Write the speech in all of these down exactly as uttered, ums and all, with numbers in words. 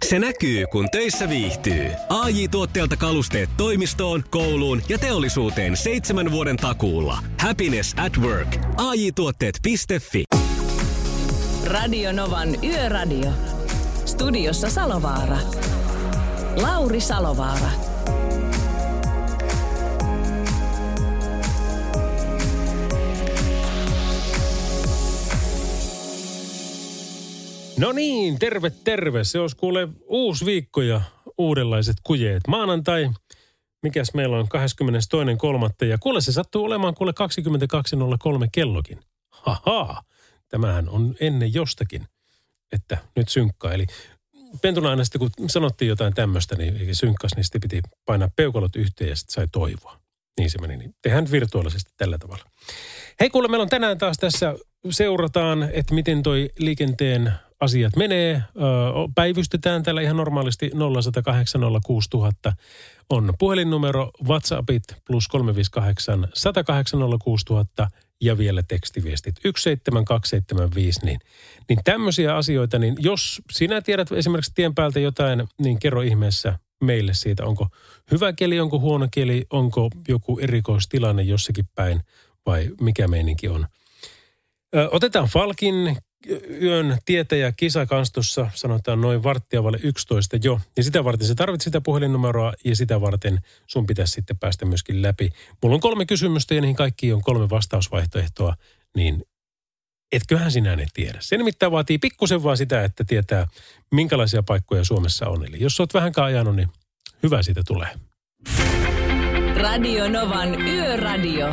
Se näkyy, kun töissä viihtyy. A J-tuotteelta kalusteet toimistoon, kouluun ja teollisuuteen seitsemän vuoden takuulla. Happiness at work. A J tuotteet piste fi. Radio Novan Yöradio. Studiossa Salovaara. Lauri Salovaara. No niin, terve terve. Se olisi kuule uusi viikko ja uudenlaiset kujeet. Maanantai, mikäs meillä on, kahdeskymmenestoinen kolmatta Ja kuule se sattuu olemaan kuule kaksikymmentäkaksi nolla kolme kellokin. Haha, tämähän on ennen jostakin, että nyt synkkaa. Eli pentuna aina sitten, kun sanottiin jotain tämmöistä, niin synkkas, niin sitten piti painaa peukalot yhteen ja sitten sai toivoa. Niin se meni. Niin tehdään virtuaalisesti tällä tavalla. Hei kuule, meillä on tänään taas tässä, seurataan, että miten toi liikenteen asiat menee. Päivystetään täällä ihan normaalisti nolla yksi nolla kahdeksan nolla kuusi nolla nolla nolla on puhelinnumero, WhatsAppit plus kolme viisi kahdeksan, yksi nolla kahdeksan nolla kuusi nolla nolla nolla ja vielä tekstiviestit yksi seitsemän kaksi seitsemän viisi. Niin, niin tämmöisiä asioita, niin jos sinä tiedät esimerkiksi tien päältä jotain, niin kerro ihmeessä meille siitä, onko hyvä keli, onko huono keli, onko joku erikoistilanne jossakin päin vai mikä meininki on. Ö, otetaan Falkin yön tietäjä kisa kans tuossa, sanotaan noin varttia vaille yksitoista jo. Ja sitä varten sä tarvitset sitä puhelinnumeroa ja sitä varten sun pitäisi sitten päästä myöskin läpi. Mulla on kolme kysymystä ja niihin kaikkiin on kolme vastausvaihtoehtoa, niin etköhän sinä ne tiedä. Se nimittäin vaatii pikkusen vaan sitä, että tietää minkälaisia paikkoja Suomessa on. Eli jos oot vähänkään ajanut, niin hyvä siitä tulee. Radio Novan Yöradio.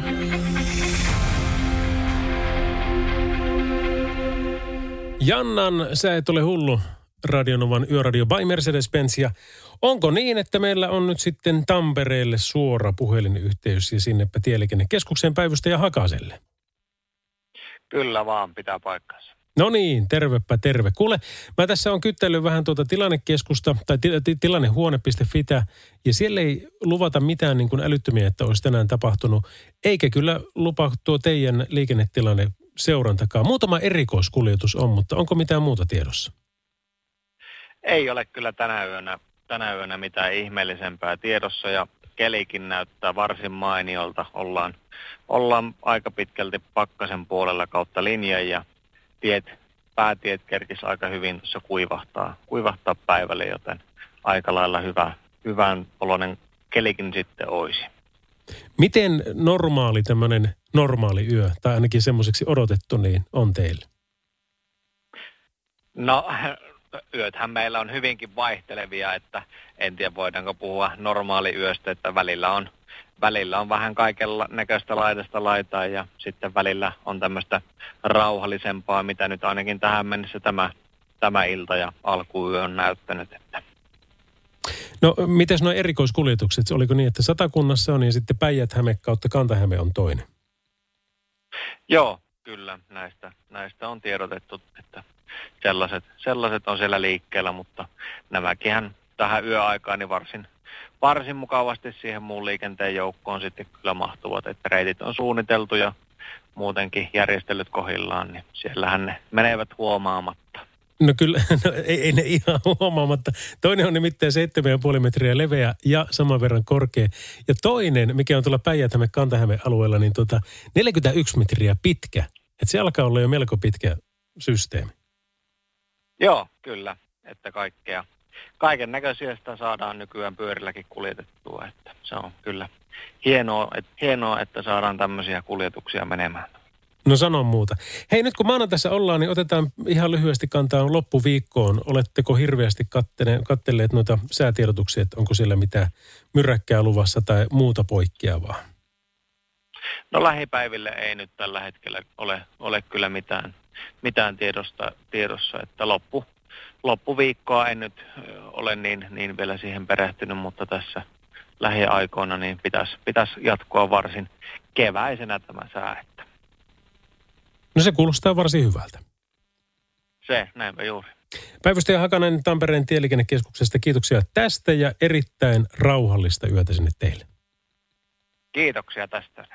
Jannan, sä et ole hullu, Radio Novan Yöradio by Mercedes-Benz. Ja onko niin, että meillä on nyt sitten Tampereelle suora puhelinyhteys ja sinnepä Tieliikennekeskuksen päivystäjä Hakaselle? Kyllä vaan, pitää paikkansa. No niin, tervepä terve. Kuule, mä tässä on kyttäillyt vähän tuota tilannekeskusta tai tilannehuone piste fi ja siellä ei luvata mitään niin kuin älyttömiä, että olisi tänään tapahtunut. Eikä kyllä lupa tuo teidän liikennetilanne seurantakaan. Muutama erikoiskuljetus on, mutta onko mitään muuta tiedossa? Ei ole kyllä tänä yönä, tänä yönä mitään ihmeellisempää tiedossa ja kelikin näyttää varsin mainiolta. Ollaan, ollaan aika pitkälti pakkasen puolella kautta linjan ja tiet, päätiet kerkis aika hyvin tuossa kuivahtaa, kuivahtaa päivälle, joten aika lailla hyvä, hyvän oloinen kelikin sitten olisi. Miten normaali tämmöinen normaali yö, tai ainakin semmoiseksi odotettu, niin on teille? No, yöthän meillä on hyvinkin vaihtelevia, että en tiedä voidaanko puhua normaali yöstä, että välillä on, välillä on vähän kaikella näköistä laidasta laitaa ja sitten välillä on tämmöistä rauhallisempaa, mitä nyt ainakin tähän mennessä tämä, tämä ilta ja alkuyö on näyttänyt, että no, mites nuo erikoiskuljetukset? Oliko niin, että Satakunnassa on ja sitten Päijät-Häme kautta Kanta-Häme on toinen? Joo, kyllä. Näistä, näistä on tiedotettu, että sellaiset, sellaiset on siellä liikkeellä, mutta nämäkinhän tähän yöaikaan niin varsin, varsin mukavasti siihen muun liikenteen joukkoon sitten kyllä mahtuvat, että reitit on suunniteltu ja muutenkin järjestelyt kohdillaan, niin siellähän ne menevät huomaamatta. No kyllä, no ei, ei ne ihan huomaamatta. Toinen on nimittäin seitsemän pilkku viisi metriä leveä ja saman verran korkea. Ja toinen, mikä on tuolla Päijät-Häme, Kanta-Häme alueella, niin tota neljäkymmentäyksi metriä pitkä. Että se alkaa olla jo melko pitkä systeemi. Joo, kyllä. Että kaikkea, kaiken näköisiä saadaan nykyään pyörilläkin kuljetettua. Että se on kyllä hienoa, et, hienoa, että saadaan tämmöisiä kuljetuksia menemään. No sano muuta. Hei, nyt kun maanantaissa ollaan, niin otetaan ihan lyhyesti kantaa loppuviikkoon. Oletteko hirveästi katselleet noita säätiedotuksia, että onko siellä mitään myräkkää luvassa tai muuta poikkeavaa? No lähipäiville ei nyt tällä hetkellä ole, ole kyllä mitään, mitään tiedosta, tiedossa, että loppu, loppuviikkoa en nyt ole niin, niin vielä siihen perehtynyt, mutta tässä lähiaikoina niin pitäisi, pitäisi jatkoa varsin keväisenä tämä sää. No se kuulostaa varsin hyvältä. Se, näinpä juuri. Päivystäjä Hakanen Tampereen Tieliikennekeskuksesta, kiitoksia tästä ja erittäin rauhallista yötä sinne teille. Kiitoksia tästä.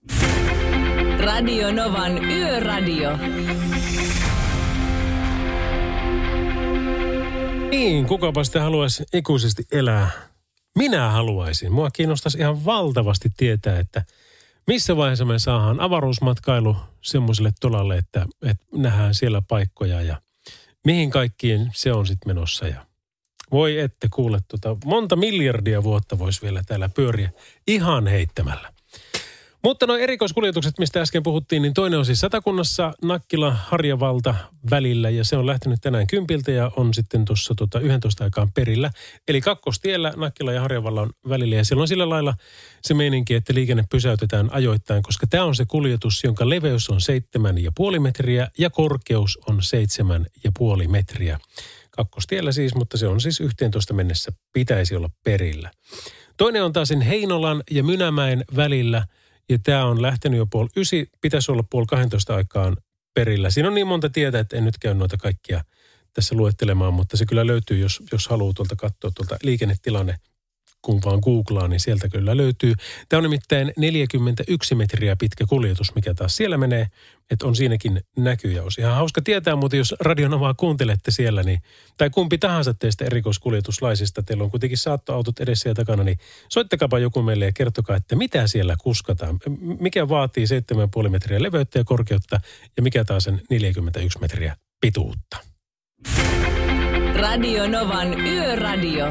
Radio Novan Yöradio. Niin, kukapa sitä haluaisi ikuisesti elää. Minä haluaisin. Mua kiinnostaisi ihan valtavasti tietää, että missä vaiheessa me saadaan avaruusmatkailu semmoiselle tolalle, että, että nähdään siellä paikkoja ja mihin kaikkiin se on sitten menossa. Ja voi ette kuule, tota, monta miljardia vuotta voisi vielä täällä pyöriä ihan heittämällä. Mutta nuo erikoiskuljetukset, mistä äsken puhuttiin, niin toinen on siis Satakunnassa Nakkila-Harjavalta välillä ja se on lähtenyt tänään kympiltä ja on sitten tuossa tota yhdentoista aikaan perillä. Eli kakkostiellä Nakkila ja Harjavalla on välillä ja siellä on sillä lailla se meininki, että liikenne pysäytetään ajoittain, koska tämä on se kuljetus, jonka leveys on seitsemän ja puoli metriä ja korkeus on seitsemän ja puoli metriä. Kakkostiellä siis, mutta se on siis yhteentoista mennessä pitäisi olla perillä. Toinen on taas sen Heinolan ja Mynämäen välillä. Ja tämä on lähtenyt jo puoli ysi, pitäisi olla puoli kahdentoista aikaan perillä. Siinä on niin monta tietä, että en nyt käy noita kaikkia tässä luettelemaan, mutta se kyllä löytyy, jos, jos haluaa tuolta katsoa tuolta liikennetilanne, kun vaan googlaa, niin sieltä kyllä löytyy. Tämä on nimittäin neljäkymmentäyksi metriä pitkä kuljetus, mikä taas siellä menee, että on siinäkin näkyjäos. Ihan hauska tietää, mutta jos Radio Novaa kuuntelette siellä, niin, tai kumpi tahansa teistä erikoiskuljetuslaisista, teillä on kuitenkin saattoautot edessä ja takana, niin soittakaapa joku meille ja kertokaa, että mitä siellä kuskataan. Mikä vaatii seitsemän pilkku viisi metriä leveyttä ja korkeutta ja mikä taas sen neljäkymmentäyksi metriä pituutta. Radio Novan Yöradio.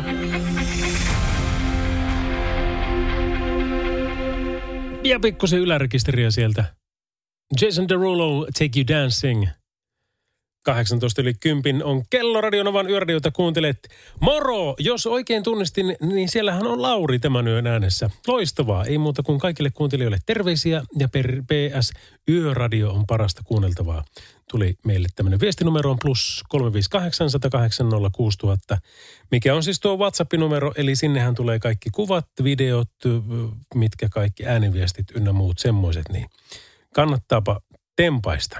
Ja pikkusen ylärekisteriä sieltä. Jason Derulo, Take You Dancing. kahdeksantoista yli kymmenen on kello Radio Novan Yöradiota kuuntelet. Moro! Jos oikein tunnistin, niin siellähän on Lauri tämän yön äänessä. Loistavaa. Ei muuta kuin kaikille kuuntelijoille terveisiä ja per P S Yöradio on parasta kuunneltavaa. Tuli meille tämmöinen viestinumero on plus kolme viisi kahdeksan, yksi nolla kahdeksan, nolla kuusi nolla nolla nolla, mikä on siis tuo WhatsApp-numero, eli sinnehän tulee kaikki kuvat, videot, mitkä kaikki ääniviestit ynnä muut semmoiset, niin kannattaapa tempaista.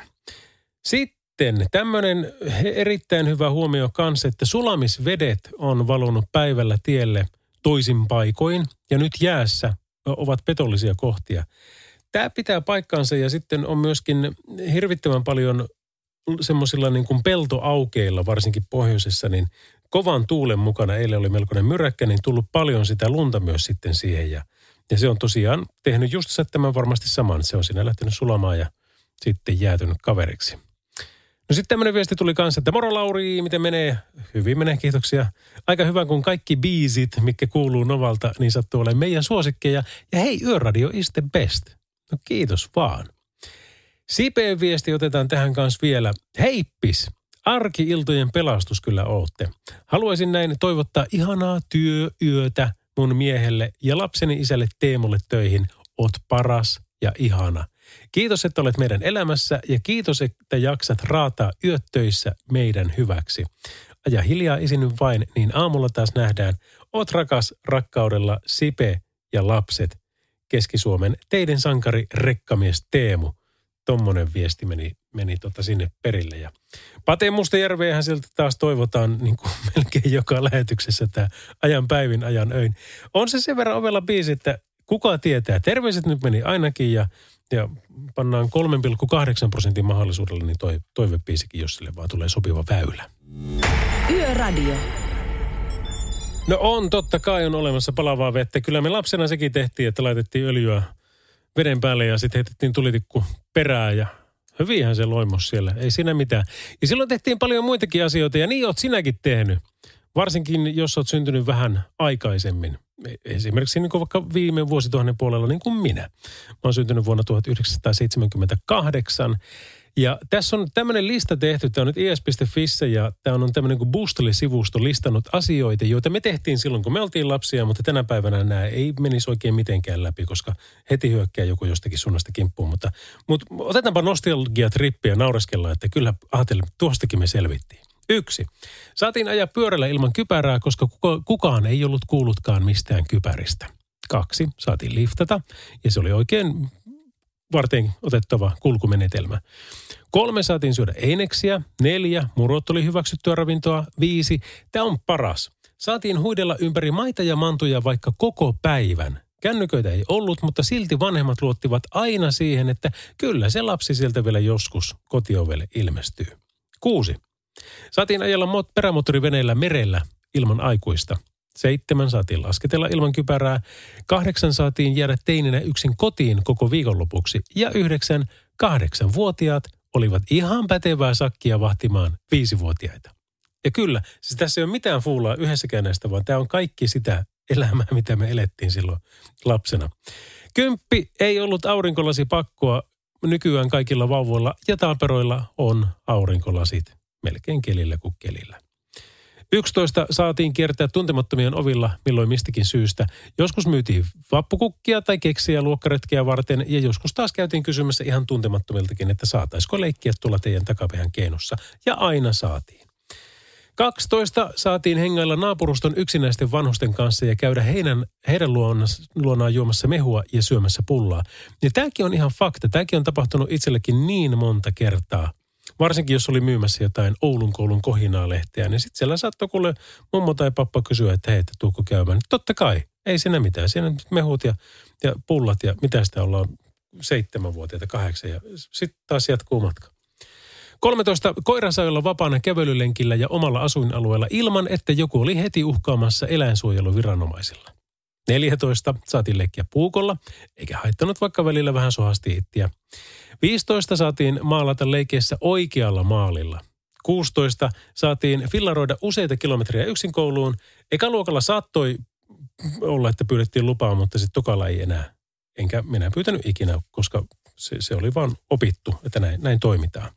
Sitten tämmöinen erittäin hyvä huomio kanssa, että sulamisvedet on valunut päivällä tielle toisin paikoin ja nyt jäässä ovat petollisia kohtia. Tämä pitää paikkaansa ja sitten on myöskin hirvittävän paljon semmoisilla niin kuin peltoaukeilla, varsinkin pohjoisessa, niin kovan tuulen mukana, eilen oli melkoinen myräkkä, niin tullut paljon sitä lunta myös sitten siihen. Ja, ja se on tosiaan tehnyt just tämän varmasti saman. Se on siinä lähtenyt sulamaan ja sitten jäätynyt kaveriksi. No sitten tämmöinen viesti tuli kanssa, että moro Lauri, miten menee? Hyvin menee, kiitoksia. Aika hyvä, kun kaikki biisit, mitkä kuuluu Novalta, niin sattuu olemaan meidän suosikkeja. Ja hei, Yöradio is the best. No kiitos vaan. Sipeen viesti otetaan tähän kanssa vielä. Heippis, arki-iltojen pelastus kyllä ootte. Haluaisin näin toivottaa ihanaa työyötä mun miehelle ja lapseni isälle Teemulle töihin. Oot paras ja ihana. Kiitos, että olet meidän elämässä ja kiitos, että jaksat raataa yöt töissä meidän hyväksi. Aja hiljaa isi nyt vain, niin aamulla taas nähdään. Oot rakas rakkaudella Sipe ja lapset. Keski-Suomen teidän sankari rekkamies Teemu. Tommonen viesti meni, meni tota sinne perille. Ja Pate Mustajärveähän sieltä taas toivotaan niin kuin melkein joka lähetyksessä tämä ajan päivin, ajan öin. On se sen verran ovella biisi, että kuka tietää. Terveiset nyt meni ainakin ja, ja pannaan kolme pilkku kahdeksan prosentin mahdollisuudella niin toi, toivebiisikin, jos sille vaan tulee sopiva väylä. Yöradio. No on, totta kai on olemassa palavaa vettä. Kyllä me lapsena sekin tehtiin, että laitettiin öljyä veden päälle ja sitten heitettiin tulitikku perään ja hyvinhän se loimos siellä. Ei siinä mitään. Ja silloin tehtiin paljon muitakin asioita ja niin oot sinäkin tehnyt. Varsinkin, jos oot syntynyt vähän aikaisemmin. Esimerkiksi niin kuin vaikka viime vuosituhannen puolella niin kuin minä. Mä oon syntynyt vuonna tuhatyhdeksänsataaseitsemänkymmentäkahdeksan. Ja tässä on tämmöinen lista tehty, tämä on nyt i s piste fissä ja tämä on tämmöinen kuin Boostly-sivusto listannut asioita, joita me tehtiin silloin, kun me oltiin lapsia, mutta tänä päivänä nämä ei menisi oikein mitenkään läpi, koska heti hyökkää joku jostakin suunnasta kimppuun. Mutta, mutta otetaanpa nostalgia-trippiä ja naureskellaan, että kyllä ajatellen, tuostakin me selvittiin. Yksi. Saatiin ajaa pyörällä ilman kypärää, koska kuka, kukaan ei ollut kuullutkaan mistään kypäristä. Kaksi. Saatiin liftata ja se oli oikein varten otettava kulkumenetelmä. Kolme, saatiin syödä eineksiä. Neljä, murot oli hyväksyttyä ravintoa. Viisi, tämä on paras. Saatiin huidella ympäri maita ja mantuja vaikka koko päivän. Kännyköitä ei ollut, mutta silti vanhemmat luottivat aina siihen, että kyllä se lapsi sieltä vielä joskus kotiovelle ilmestyy. Kuusi. Saatiin ajella mot- perämoottoriveneellä merellä ilman aikuista. Seitsemän saatiin lasketella ilman kypärää. Kahdeksan saatiin jäädä teininä yksin kotiin koko viikonlopuksi. Ja yhdeksän, kahdeksanvuotiaat olivat ihan pätevää sakkia vahtimaan viisivuotiaita. Ja kyllä, siis tässä ei ole mitään fuulaa yhdessäkään näistä, vaan tämä on kaikki sitä elämää, mitä me elettiin silloin lapsena. Kymppi ei ollut aurinkolasi pakkoa. Nykyään kaikilla vauvoilla ja taaperoilla on aurinkolasit. Melkein kelillä kuin kelillä. yksitoista saatiin kiertää tuntemattomien ovilla milloin mistäkin syystä. Joskus myytiin vappukukkia tai keksiä luokkaretkeä varten ja joskus taas käytiin kysymässä ihan tuntemattomiltakin, että saataisiko leikkiä tuolla teidän takapehän keinossa. Ja aina saatiin. kaksitoista saatiin hengailla naapuruston yksinäisten vanhusten kanssa ja käydä heidän, heidän luonaan juomassa mehua ja syömässä pullaa. Ja tämäkin on ihan fakta. Tämäkin on tapahtunut itsellekin niin monta kertaa. Varsinkin jos oli myymässä jotain Oulun koulun kohinaa-lehteä, niin sitten siellä saattoi kuule mummo tai pappa kysyä, että hei, että tuuko käymään. Totta kai, ei siinä mitään. Siinä mehut ja, ja pullat ja mitä sitä ollaan seitsemänvuotiaita, kahdeksan ja sitten taas jatkuu matka. kolmetoista koira sai olla vapaana kävelylenkillä ja omalla asuinalueella ilman, että joku oli heti uhkaamassa eläinsuojeluviranomaisilla. neljätoista saatiin leikkiä puukolla, eikä haittanut vaikka välillä vähän sohasti ittiä. viisitoista saatiin maalata leikeissä oikealla maalilla. kuusitoista saatiin fillaroida useita kilometriä yksin kouluun. Ekaluokalla saattoi olla, että pyydettiin lupaa, mutta sitten tokalla ei enää. Enkä minä pyytänyt ikinä, koska se, se oli vaan opittu, että näin, näin toimitaan.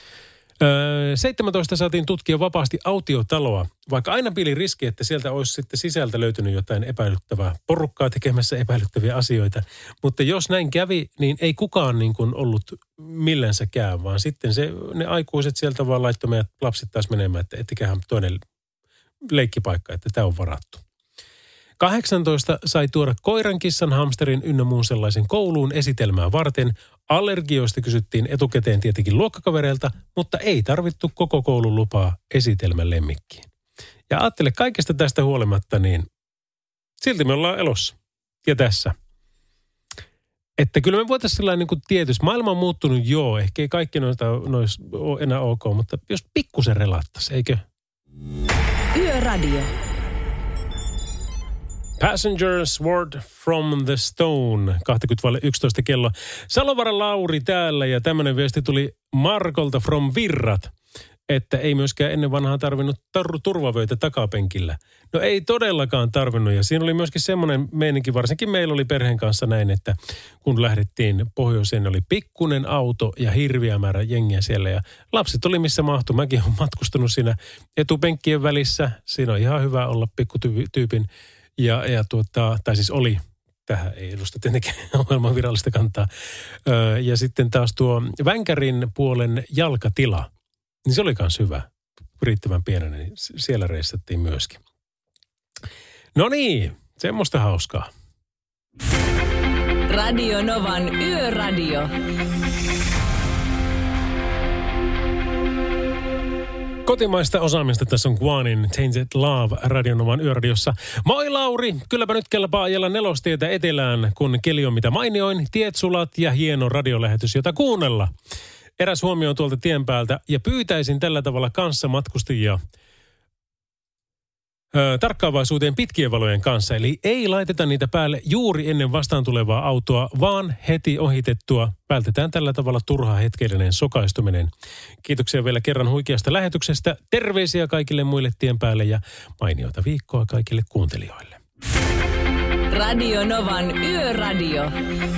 Öö, seitsemäntoista saatiin tutkia vapaasti autiotaloa, vaikka aina piili riski, että sieltä olisi sitten sisältä löytynyt jotain epäilyttävää porukkaa tekemässä epäilyttäviä asioita. Mutta jos näin kävi, niin ei kukaan niin kuin ollut millänsäkään, vaan sitten se, ne aikuiset sieltä vaan laittoi meidät lapset taas menemään, että ettiköhän toinen leikkipaikka, että tämä on varattu. kahdeksantoista sai tuoda koiran, kissan, hamsterin ynnä muun sellaisen kouluun esitelmää varten. Allergioista kysyttiin etukäteen tietenkin luokkakavereilta, mutta ei tarvittu koko koulun lupaa esitelmän lemmikkiin. Ja ajattele kaikesta tästä huolimatta, niin silti me ollaan elossa. Ja tässä. Että kyllä me voitaisiin sellainen niin kuin tietysti, maailma on muuttunut joo, ehkä ei kaikki noista, noista ole enää ok, mutta jos pikkusen relattaisi, eikö? Yöradio. Passengers Word from the Stone, kaksikymmentä yksitoista kello. Salovara Lauri täällä ja tämmöinen viesti tuli Markolta from Virrat, että ei myöskään ennen vanhaa tarvinnut tar- turvavöitä takapenkillä. No ei todellakaan tarvinnut ja siinä oli myöskin semmoinen meininki, varsinkin meillä oli perheen kanssa näin, että kun lähdettiin pohjoiseen, oli pikkunen auto ja hirviä määrä jengiä siellä ja lapset oli missä mahtui. Mäkin olen matkustanut siinä etupenkkien välissä, siinä on ihan hyvä olla pikkutyypin. Ja, ja tuota, tai siis oli, tähän ei edusta tietenkin ohjelman virallista kantaa. Öö, ja sitten taas tuo vänkärin puolen jalkatila, niin se oli myös hyvä, riittävän pienenä, niin siellä reissattiin myöskin. No niin, semmoista hauskaa. Radio Novan Yöradio. Kotimaista osaamista tässä on Guanin Tainted Love Radionovan yöradiossa. Moi Lauri, kylläpä nyt kelpaa ajella nelostietä etelään, kun keli on mitä mainioin, tiet sulat ja hieno radiolähetys, jota kuunnella. Eräs huomio tuolta tien päältä ja pyytäisin tällä tavalla kanssa matkustajia ö, tarkkaavaisuuteen pitkien valojen kanssa. Eli ei laiteta niitä päälle juuri ennen vastaan tulevaa autoa, vaan heti ohitettua. Vältetään tällä tavalla turha hetkellinen sokaistuminen. Kiitoksia vielä kerran huikeasta lähetyksestä. Terveisiä kaikille muille tien päälle ja mainiota viikkoa kaikille kuuntelijoille. Radio Novan Yöradio.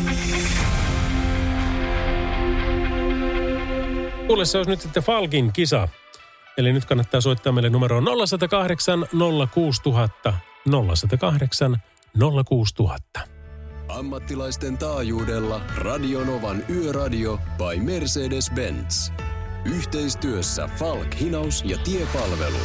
Kuule, se olisi nyt sitten Falkin kisa. Eli nyt kannattaa soittaa meille numeroon nolla yksi nolla kahdeksan nolla kuusi nolla nolla nolla yksi nolla kahdeksan nolla kuusi nolla nolla. Ammattilaisten taajuudella Radio Novan Yöradio by Mercedes-Benz. Yhteistyössä Falk Hinaus ja Tiepalvelut.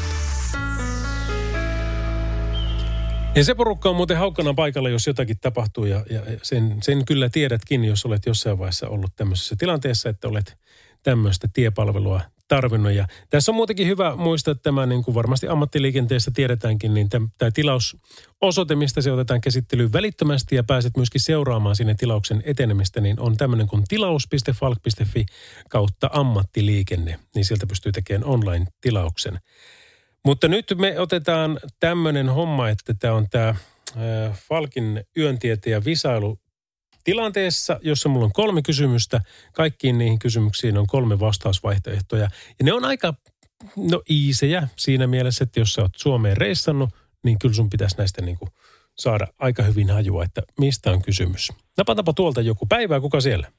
Ja se porukka on muuten haukkana paikalla, jos jotakin tapahtuu ja, ja sen, sen kyllä tiedätkin, jos olet jossain vaiheessa ollut tämmöisessä tilanteessa, että olet tämmöistä tiepalvelua tarvinnut. Ja tässä on muutenkin hyvä muistaa tämä, niin kuin varmasti ammattiliikenteessä tiedetäänkin, niin tämä tilausosoite, mistä se otetaan käsittelyyn välittömästi ja pääset myöskin seuraamaan sinne tilauksen etenemistä, niin on tämmöinen kuin tilaus piste falk piste fi kautta ammattiliikenne, niin sieltä pystyy tekemään online-tilauksen. Mutta nyt me otetaan tämmöinen homma, että tämä on tämä Falkin yöntieteen visailu tilanteessa, jossa mulla on kolme kysymystä. Kaikkiin niihin kysymyksiin on kolme vastausvaihtoehtoja. Ja ne on aika, no iisejä siinä mielessä, että jos sä oot Suomeen reissannut, niin kyllä sun pitäisi näistä niin kuin saada aika hyvin hajua, että mistä on kysymys. Napatapa tuolta joku päivää, kuka siellä?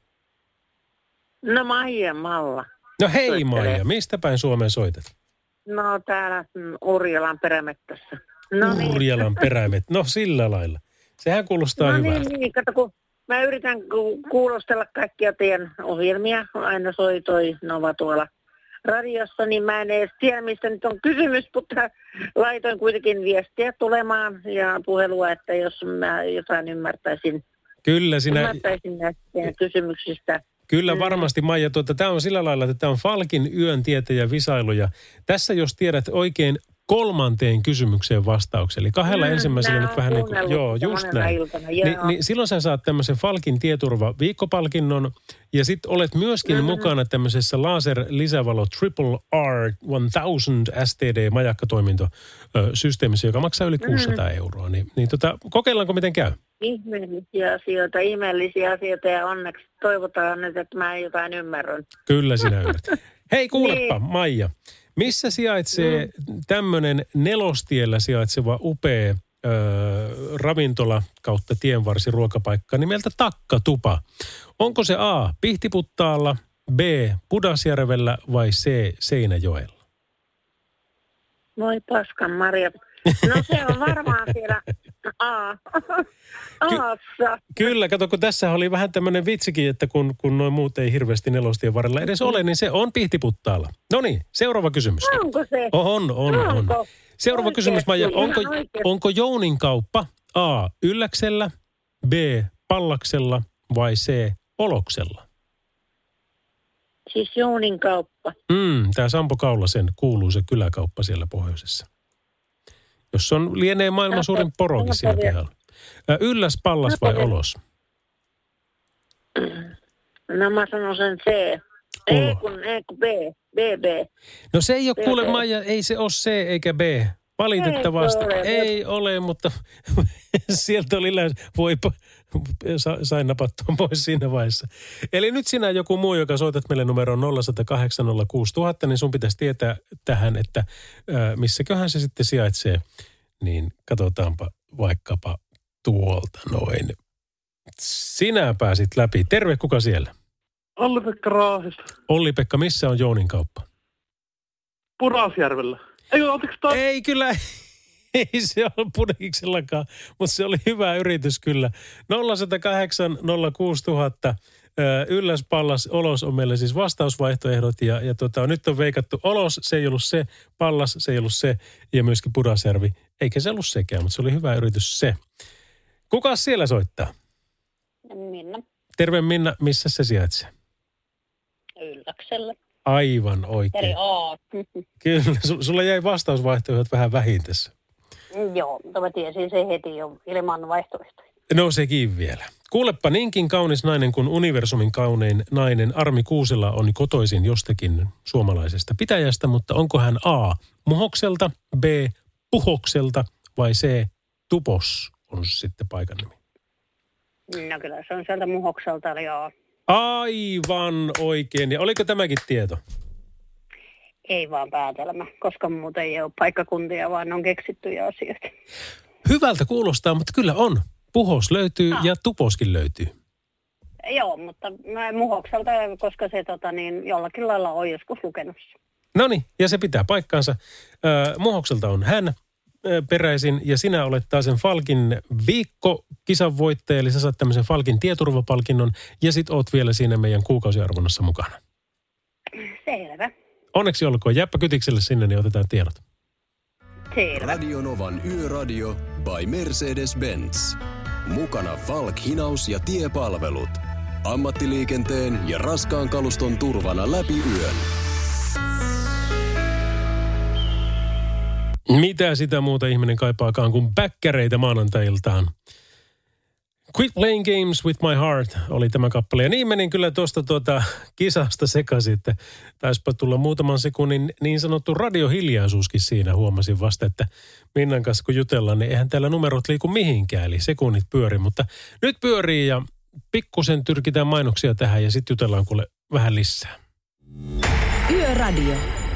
No Maija Malla. No hei Soittelee. Maija, mistä päin Suomeen soitat? No täällä Urjalan perämettässä. No Urjalan niin. perämet, no sillä lailla. Sehän kuulostaa no hyvältä. Niin, niin, kato kun mä yritän kuulostella kaikkia teidän ohjelmia. Aina soi toi Nova tuolla radiossa, niin mä en edes tiedä, mistä nyt on kysymys, mutta laitoin kuitenkin viestiä tulemaan ja puhelua, että jos mä jotain ymmärtäisin, Kyllä sinä... ymmärtäisin näistä kysymyksistä. Kyllä varmasti, Maija. Tuota, tämä on sillä lailla, että tämä on Falkin yön tiete ja visailu. Ja tässä jos tiedät oikein kolmanteen kysymykseen vastauksen, eli kahdella mm, ensimmäisellä nyt vähän niin kuin, joo, just näin. Iltana, joo. Ni, niin silloin sä saat tämmöisen Falkin tieturva viikkopalkinnon, ja sitten olet myöskin mm-hmm. mukana tämmöisessä laser lisävalo Triple R tuhat S T D majakkatoimintosysteemissä, joka maksaa yli kuusisataa mm-hmm. euroa. Niin, niin tota, kokeillaanko miten käy? Ihmeellisiä asioita, ihmeellisiä asioita, ja onneksi toivotaan nyt, että mä jotain ymmärrän. Kyllä sinä ymmärrät. Hei, kuulepa, niin. Maija. Missä sijaitsee mm. tämmöinen Nelostiellä sijaitseva upea ö, ravintola kautta tienvarsi ruokapaikka nimeltä Takkatupa? Onko se A. Pihtiputtaalla, B. Pudasjärvellä vai C. Seinäjoella? Moi paskan Marja. No se on varmaan siellä A. Aassa. Ky- kyllä, kato, kun tässä oli vähän tämmöinen vitsikin, että kun, kun noin muut ei hirveästi Nelostien varrella edes ole, niin se on Pihtiputtaalla. No niin, seuraava kysymys. Onko se? On, on, on. Onko? Seuraava oikeasti, kysymys, Maija. Onko, onko Jounin kauppa A. Ylläksellä, B. Pallaksella vai C. Oloksella? Siis Jounin kauppa. Mm, tämä Sampo Kaulasen kuuluu se kyläkauppa siellä pohjoisessa. Jos on lienee maailman suurin porokin siellä pihalla. Ylläs, Pallas vai Olos? No mä sanon sen C. Ei kun, ei kun B. B, B. No se ei ole, B, kuule B. Maija, ei se ole C eikä B. Valitettavasti. Ei ole, ei ole mutta sieltä oli lähes, voipa, sain napattua pois siinä vaiheessa. Eli nyt sinä joku muu, joka soitat meille numeroon nolla yksi nolla kahdeksan nolla kuusi nolla nolla nolla, niin sun pitäisi tietää tähän, että ää, missäköhän se sitten sijaitsee. Niin katsotaanpa vaikkapa tuolta noin. Sinä pääsit läpi. Terve, kuka siellä? Olli-Pekka Raahista. Olli-Pekka, missä on Jounin kauppa? Pudasjärvellä. Ei, ta- ei kyllä, ei se ole Pudiksellakaan, mutta se oli hyvä yritys kyllä. nolla yksi nolla kahdeksan nolla kuusi nolla nolla nolla, Ylläs, Pallas, Olos on meillä siis vastausvaihtoehdot ja, ja tota, nyt on veikattu Olos, se ei ollut se, Pallas, se ei ollut se ja myöskin Pudasjärvi. Eikä se ollut sekään, mutta se oli hyvä yritys se. Kuka siellä soittaa? Minna. Terve Minna, missä se sijaitsee? Ylläksellä. Aivan oikein. Eli A. Kyllä, sulla jäi vastausvaihtoehdot vähän vähin tässä. Joo, mutta mä tiesin se heti jo ilman vaihtoehtoja. No sekin vielä. Kuulepa, niinkin kaunis nainen kuin universumin kaunein nainen Armi Kuusela on kotoisin jostakin suomalaisesta pitäjästä, mutta onko hän A. Muhokselta, B. Puhokselta vai C. Tupos on sitten paikan nimi? No kyllä se on sieltä Muhokselta, eli A. Aivan oikein. Ja oliko tämäkin tieto? Ei vaan päätelmä, koska muuten ei ole paikkakuntia, vaan on keksittyjä asioita. Hyvältä kuulostaa, mutta kyllä on. Puhos löytyy no. ja Tuposkin löytyy. Joo, mutta mä Muhokselta, koska se tota, niin, jollakin lailla on joskus lukenut. Noniin, ja se pitää paikkaansa. Äh, Muhokselta on hän äh, peräisin, ja sinä olet taas sen Falkin viikkokisan voittaja, eli sä saat tämmöisen Falkin tieturvapalkinnon, ja sit oot vielä siinä meidän kuukausiarvonnassa mukana. Selvä. Onneksi olkoon. Jääpä Kytikselle sinne, niin otetaan tiedot. Selvä. Radio Novan Yöradio by Mercedes-Benz. Mukana Falk hinaus- ja tiepalvelut. Ammattiliikenteen ja raskaan kaluston turvana läpi yön. Mitä sitä muuta ihminen kaipaakaan kuin bäkkäreitä maanantai-iltaan. Quit Playing Games with My Heart oli tämä kappale. Ja niin menin kyllä tuosta tuota kisasta sekaisin, että taisipa tulla muutaman sekunnin niin sanottu radiohiljaisuuskin siinä. Huomasin vasta, että Minnan kanssa kun jutellaan, niin eihän täällä numerot liiku mihinkään, eli sekunnit pyörii. Mutta nyt pyörii ja pikkusen tyrkitään mainoksia tähän ja sitten jutellaan kuule vähän lisää. Yöradio.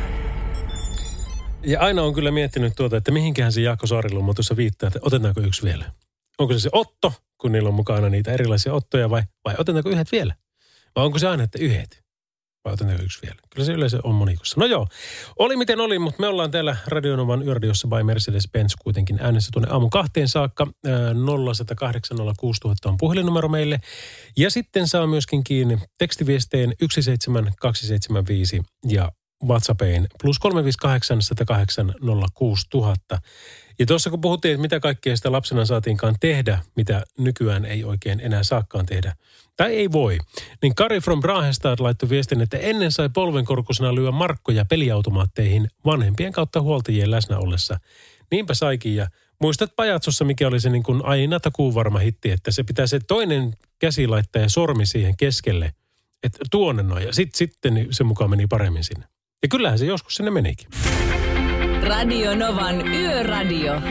Ja aina on kyllä miettinyt tuota, että mihinkähän se Jaakko Saariluomo tuossa viittaa, että otetaanko yksi vielä. Onko se se Otto, kun niillä on mukana niitä erilaisia Ottoja vai, vai otetaanko yhdet vielä? Vai onko se aina, että yhdet? Vai otetaanko yksi vielä? Kyllä se yleensä on monikossa. No joo, oli miten oli, mutta me ollaan täällä Radio Novan Yöradiossa by Mercedes-Benz kuitenkin äänessä tuonne aamun kahteen saakka. nolla yksi nolla kahdeksan nolla kuusi nolla nolla nolla on puhelinnumero meille. Ja sitten saa myöskin kiinni tekstiviesteen yksi seitsemän kaksi seitsemän viisi ja WhatsAppiin plus kolme viisi kahdeksan nolla nolla kahdeksan nolla kuusi nolla nolla nolla. Ja tuossa kun puhuttiin, että mitä kaikkea sitä lapsena saatiinkaan tehdä, mitä nykyään ei oikein enää saakkaan tehdä, tai ei voi, niin Kari from Brahestad laittoi viestin, että ennen sai polvenkorkusena lyö markkoja peliautomaatteihin vanhempien kautta huoltajien läsnä ollessa. Niinpä saikin, ja muistat Pajatsossa, mikä oli se niin kuin aina takuuvarma hitti, että se pitää se toinen käsi laittaa ja sormi siihen keskelle, että tuonne noin, ja sitten sit, se mukaan meni paremmin sinne. Ja kyllähän se joskus sinne menikin. Radio Novan Yöradio.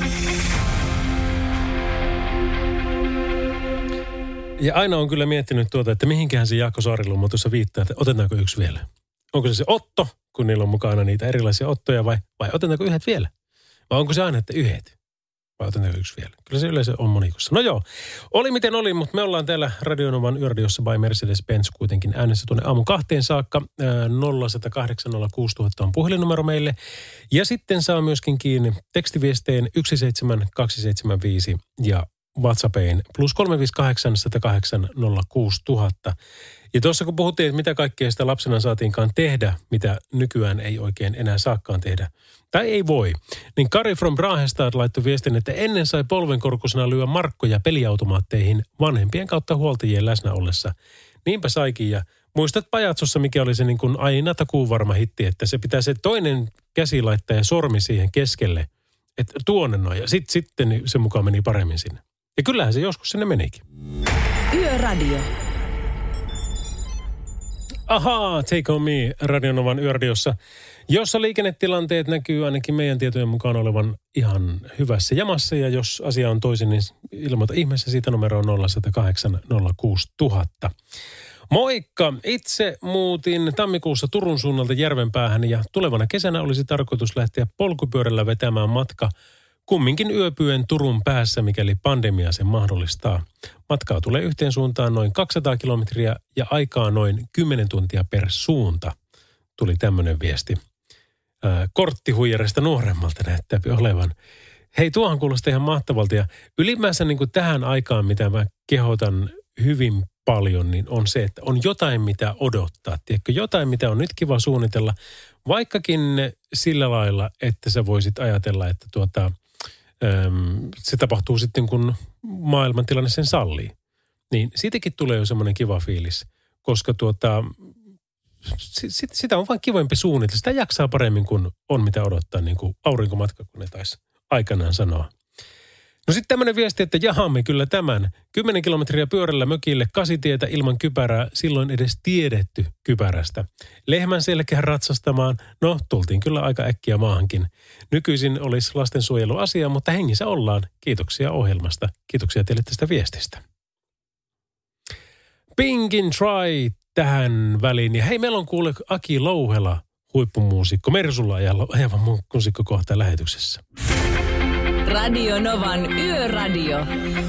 Ja aina on kyllä miettinyt tuota, että mihinkähän se Jaakko Saariluomo tuossa viittaa, että otetaanko yksi vielä. Onko se se Otto, kun niillä on mukana niitä erilaisia Ottoja vai, vai otetaanko yhdet vielä? Vai onko se aina, että yhdet? Vai otetaanko yksi vielä? Kyllä se yleensä on monikossa. No joo, oli miten oli, mutta me ollaan täällä Radio Novan Yöradiossa by Mercedes-Benz kuitenkin äänessä tuonne aamun kahteen saakka. nolla yksi nolla kahdeksan nolla kuusi nolla nolla on puhelinnumero meille. Ja sitten saa myöskin kiinni tekstiviesteen yksi seitsemän kaksi seitsemän viisi ja WhatsAppiin plus kolme viisi kahdeksan nolla nolla kahdeksan nolla kuusi nolla nolla. Ja tuossa kun puhuttiin, että mitä kaikkea sitä lapsena saatiinkaan tehdä, mitä nykyään ei oikein enää saakkaan tehdä, tai ei voi, niin Kari from Brahestad laittoi viestin, että ennen sai polvenkorkusena lyö markkoja peliautomaatteihin vanhempien kautta huoltajien läsnä ollessa. Niinpä saikin, ja muistat Pajatsossa, mikä oli se niin kuin aina takuuvarma hitti, että se pitää se toinen käsi laittaa ja sormi siihen keskelle, että tuonne noin, ja sitten sit, se mukaan meni paremmin sinne. Ja kyllähän se joskus sinne menikin. Yöradio. Ahaa, Take On Me Radio Novan Yöradiossa, jossa liikennetilanteet näkyy ainakin meidän tietojen mukaan olevan ihan hyvässä jamassa. Ja jos asia on toisin, niin ilmoita ihmeessä siitä numero on nolla yksi nolla kahdeksan nolla kuusi nolla nolla. Moikka! Itse muutin tammikuussa Turun suunnalta Järvenpäähän ja tulevana kesänä olisi tarkoitus lähteä polkupyörällä vetämään matka kumminkin yöpyön Turun päässä, mikäli pandemia sen mahdollistaa. Matkaa tulee yhteen suuntaan noin kaksisataa kilometriä ja aikaa noin kymmenen tuntia per suunta. Tuli tämmöinen viesti. Ää, korttihuijarista nuoremmalta näyttää olevan. Hei, tuohan kuulostaa ihan mahtavalta. Ja ylimäänsä niin kuin tähän aikaan, mitä mä kehotan hyvin paljon, niin on se, että on jotain, mitä odottaa. Tiedätkö, jotain, mitä on nyt kiva suunnitella, vaikkakin sillä lailla, että sä voisit ajatella, että tuota... se tapahtuu sitten, kun maailmantilanne sen sallii. Niin siitäkin tulee jo semmoinen kiva fiilis, koska tuota, sit, sitä on vain kivempi suunnitella. Sitä jaksaa paremmin, kun on mitä odottaa, niin kuin aurinkomatka, kun ne taisi aikanaan sanoa. No sitten tämmöinen viesti, että jahamme kyllä tämän. Kymmenen kilometriä pyörällä mökille kasitietä ilman kypärää, silloin edes tiedetty kypärästä. Lehmän selkeä ratsastamaan, no tultiin kyllä aika äkkiä maahankin. Nykyisin olisi lastensuojeluasia, mutta hengissä ollaan. Kiitoksia ohjelmasta. Kiitoksia teille tästä viestistä. Pinkin Try tähän väliin. Ja hei, meillä on kuule Aki Louhela, huippumuusikko, Mersulla ajava muusikko kohta lähetyksessä. Radio Novan Yöradio.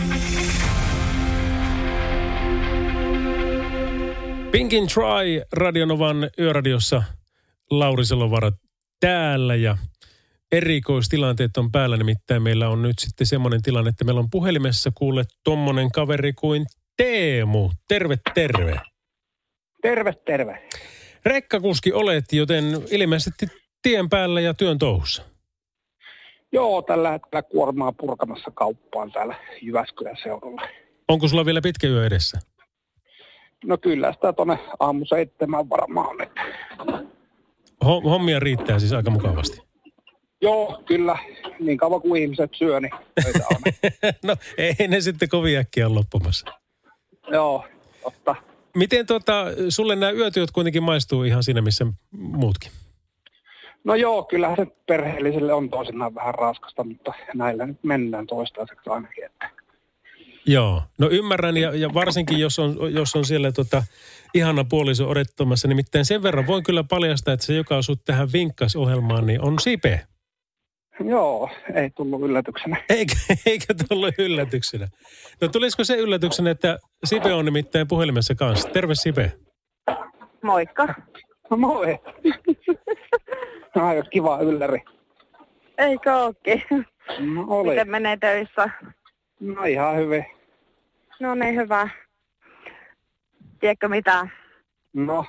Pinkin Try Radio Novan Yöradiossa. Lauri Selovara täällä ja erikoistilanteet on päällä. Nimittäin meillä on nyt sitten semmoinen tilanne, että meillä on puhelimessa kuule tommonen kaveri kuin Teemu. Terve, terve. Terve, terve. Rekkakuski olet, joten ilmeisesti tien päällä ja työn touhussa. Joo, tällä hetkellä kuormaa purkamassa kauppaan täällä Jyväskylän seudulla. Onko sulla vielä pitkä yö edessä? No kyllä sitä tuonne aamu seitsemän varmaan. Hommia riittää siis aika mukavasti? Joo, kyllä. Niin kauan kuin ihmiset syö, niin töitä on. No ei ne sitten kovin äkkiä ole loppumassa. Joo, totta. Miten tota, sulle nämä yötyöt kuitenkin maistuu ihan siinä, missä muutkin? No joo, kyllähän se perheellisille on toisinaan vähän raskasta, mutta näillä nyt mennään toistaiseksi ainakin. Että. Joo, no ymmärrän ja, ja varsinkin jos on, jos on siellä tota, ihana puoliso odottamassa, nimittäin sen verran voin kyllä paljastaa, että se joka sut tähän vinkkasohjelmaan, niin on Sipe. Joo, ei tullut yllätyksenä. Eikä, eikä tullut yllätyksenä. No tulisiko se yllätyksenä, että Sipe on nimittäin puhelimessa kanssa? Terve Sipe. Moikka. No moi. Aika kiva ylläri. Eikö ookin? No oli. Miten menee töissä? No ihan hyvin. No niin, hyvä. Tiedätkö mitä? No.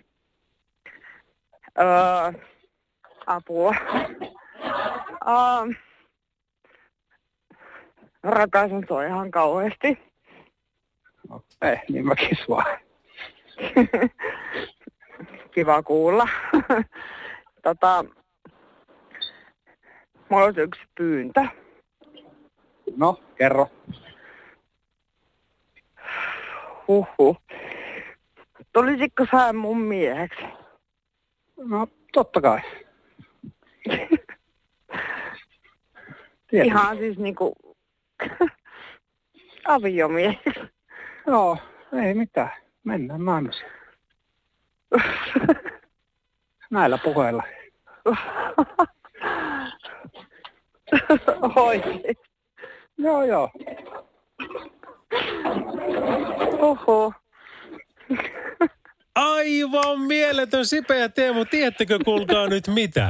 Öö, apua. Uh, rakastan sua ihan kauheasti. Okei, niin mäkin sua. Kiva kuulla. tota, mulla olisi yksi pyyntö. No, kerro. Huhhuh. Tulisitko sä mun mieheksi? No, totta kai. Ihan siis niinku aviomieheksi. Joo, ei mitään. Mennään naimisiin. Näillä puheilla. Oikein. Joo, joo. Oho. Aivan mieletön Sipe ja Teemu. Tiedättekö kuulkaa nyt mitä?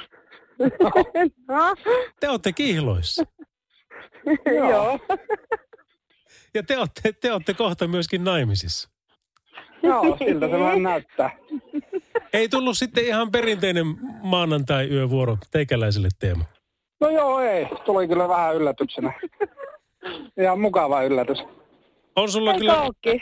No. Te olette kihloissa. Joo. Ja te olette, te olette kohta myöskin naimisissa. Joo, siltä se vähän näyttää. Ei tullut sitten ihan perinteinen maanantai-yövuoro teikäläiselle Teemu. No joo, ei. Tuli kyllä vähän yllätyksenä. Ihan mukava yllätys. On sulla Eikö kyllä... ookin?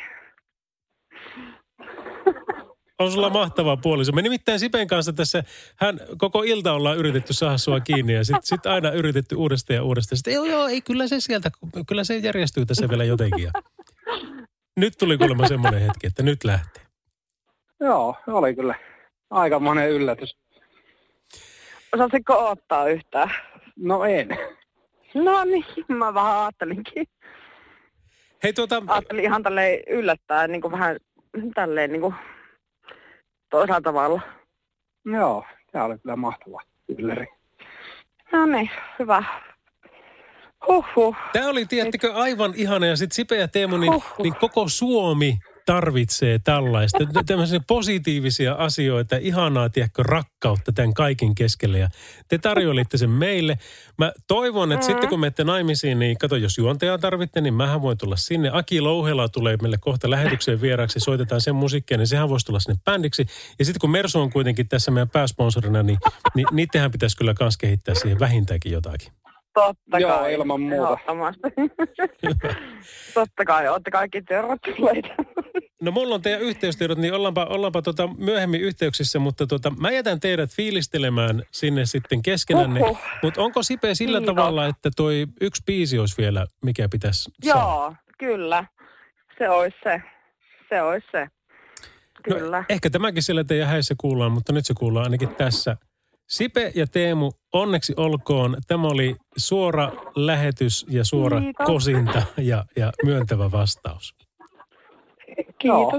On sulla mahtava puoliso. Me nimittäin Sipen kanssa tässä, hän koko ilta ollaan yritetty saada sua kiinni ja sitten sit aina yritetty uudestaan ja uudestaan. Sitten joo, joo, ei, kyllä se sieltä, kyllä se järjestyy tässä vielä jotenkin. Ja nyt tuli kuulemma semmoinen hetki, että nyt lähtee. Joo, oli kyllä aikamoinen yllätys. Osaatko odottaa yhtään? No en. No niin, mä vähän ajattelinkin. Hei tuota... Ajattelin ihan tälleen yllättää, niin kuin vähän tälleen niin kuin toisella tavalla. Joo, tämä oli kyllä mahtava ylläri. No niin, hyvä. Huhhuh. Tämä oli, tiedättekö, aivan ihana ja sitten Sipe ja Teemu, niin, niin koko Suomi tarvitsee tällaista. Tämmöisiä positiivisia asioita, ihanaa, tiedätkö, rakkautta tämän kaiken keskelle. Ja te tarjoilitte sen meille. Mä toivon, että mm. sitten kun menette naimisiin, niin kato, jos juontajaa tarvitte, niin mähän voin tulla sinne. Aki Louhela tulee meille kohta lähetykseen vieraaksi, soitetaan sen musiikkia, niin sehän voisi tulla sinne bändiksi. Ja sitten kun Mersu on kuitenkin tässä meidän pääsponsorina, niin, niin niittenhän pitäisi kyllä kans kehittää siihen vähintäänkin jotakin. Totta Joo, kai. ilman muuta. Totta kai, olette kaikki tervetulleita. No mulla on teidän yhteystiedot, niin ollaanpa, ollaanpa tota myöhemmin yhteyksissä, mutta tota, mä jätän teidät fiilistelemään sinne sitten keskenänne. Uhuh. Mutta onko Sipe sillä Kiitos. tavalla, että toi yksi biisi olisi vielä, mikä pitäisi Joo, saada? kyllä. Se olisi se. Se olisi se. Kyllä. No, ehkä tämäkin siellä teidän häissä kuullaan, mutta nyt se kuullaan ainakin tässä. Sipe ja Teemu, onneksi olkoon. Tämä oli suora lähetys ja suora Kiitos. kosinta ja, ja myöntävä vastaus. Kiitos.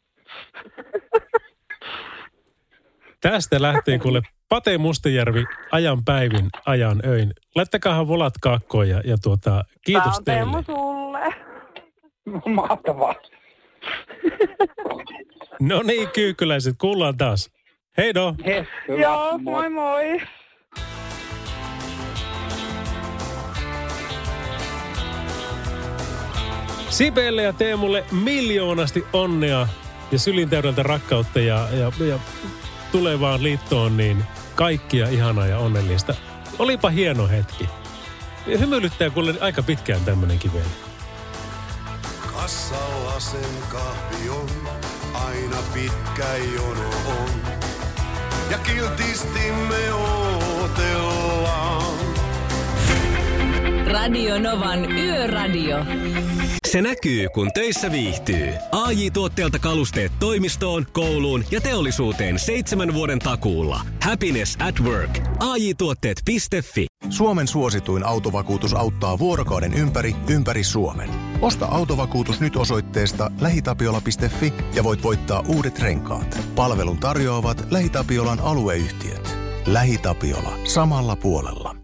Tästä lähtee kuule Pate Mustajärvi ajan päivin, ajan öin. Laittakaahan volat kakkoon ja, ja tuota, kiitos Tää on teille. Teemu sulle. Mahtavaa. No niin, kyykkyläiset, kuullaan taas. Heido! He, hyvä. Joo, moi moi. Sipelle ja Teemulle miljoonasti onnea ja sylintäydeltä rakkautta ja, ja, ja tulevaan liittoon niin kaikkia ihanaa ja onnellista. Olipa hieno hetki. Hymyilyttää kuule aika pitkään tämmönenkin vielä. Kassalla sen kahvi on, aina pitkä jono on. Ja kiltisti me ootellaan. Radio Novan Yöradio. Se näkyy, kun töissä viihtyy. A J-tuotteelta kalusteet toimistoon, kouluun ja teollisuuteen seitsemän vuoden takuulla. Happiness at work. A J tuotteet piste fi. Suomen suosituin autovakuutus auttaa vuorokauden ympäri, ympäri Suomen. Osta autovakuutus nyt osoitteesta lähitapiola piste fi ja voit voittaa uudet renkaat. Palvelun tarjoavat LähiTapiolan alueyhtiöt. LähiTapiola. Samalla puolella.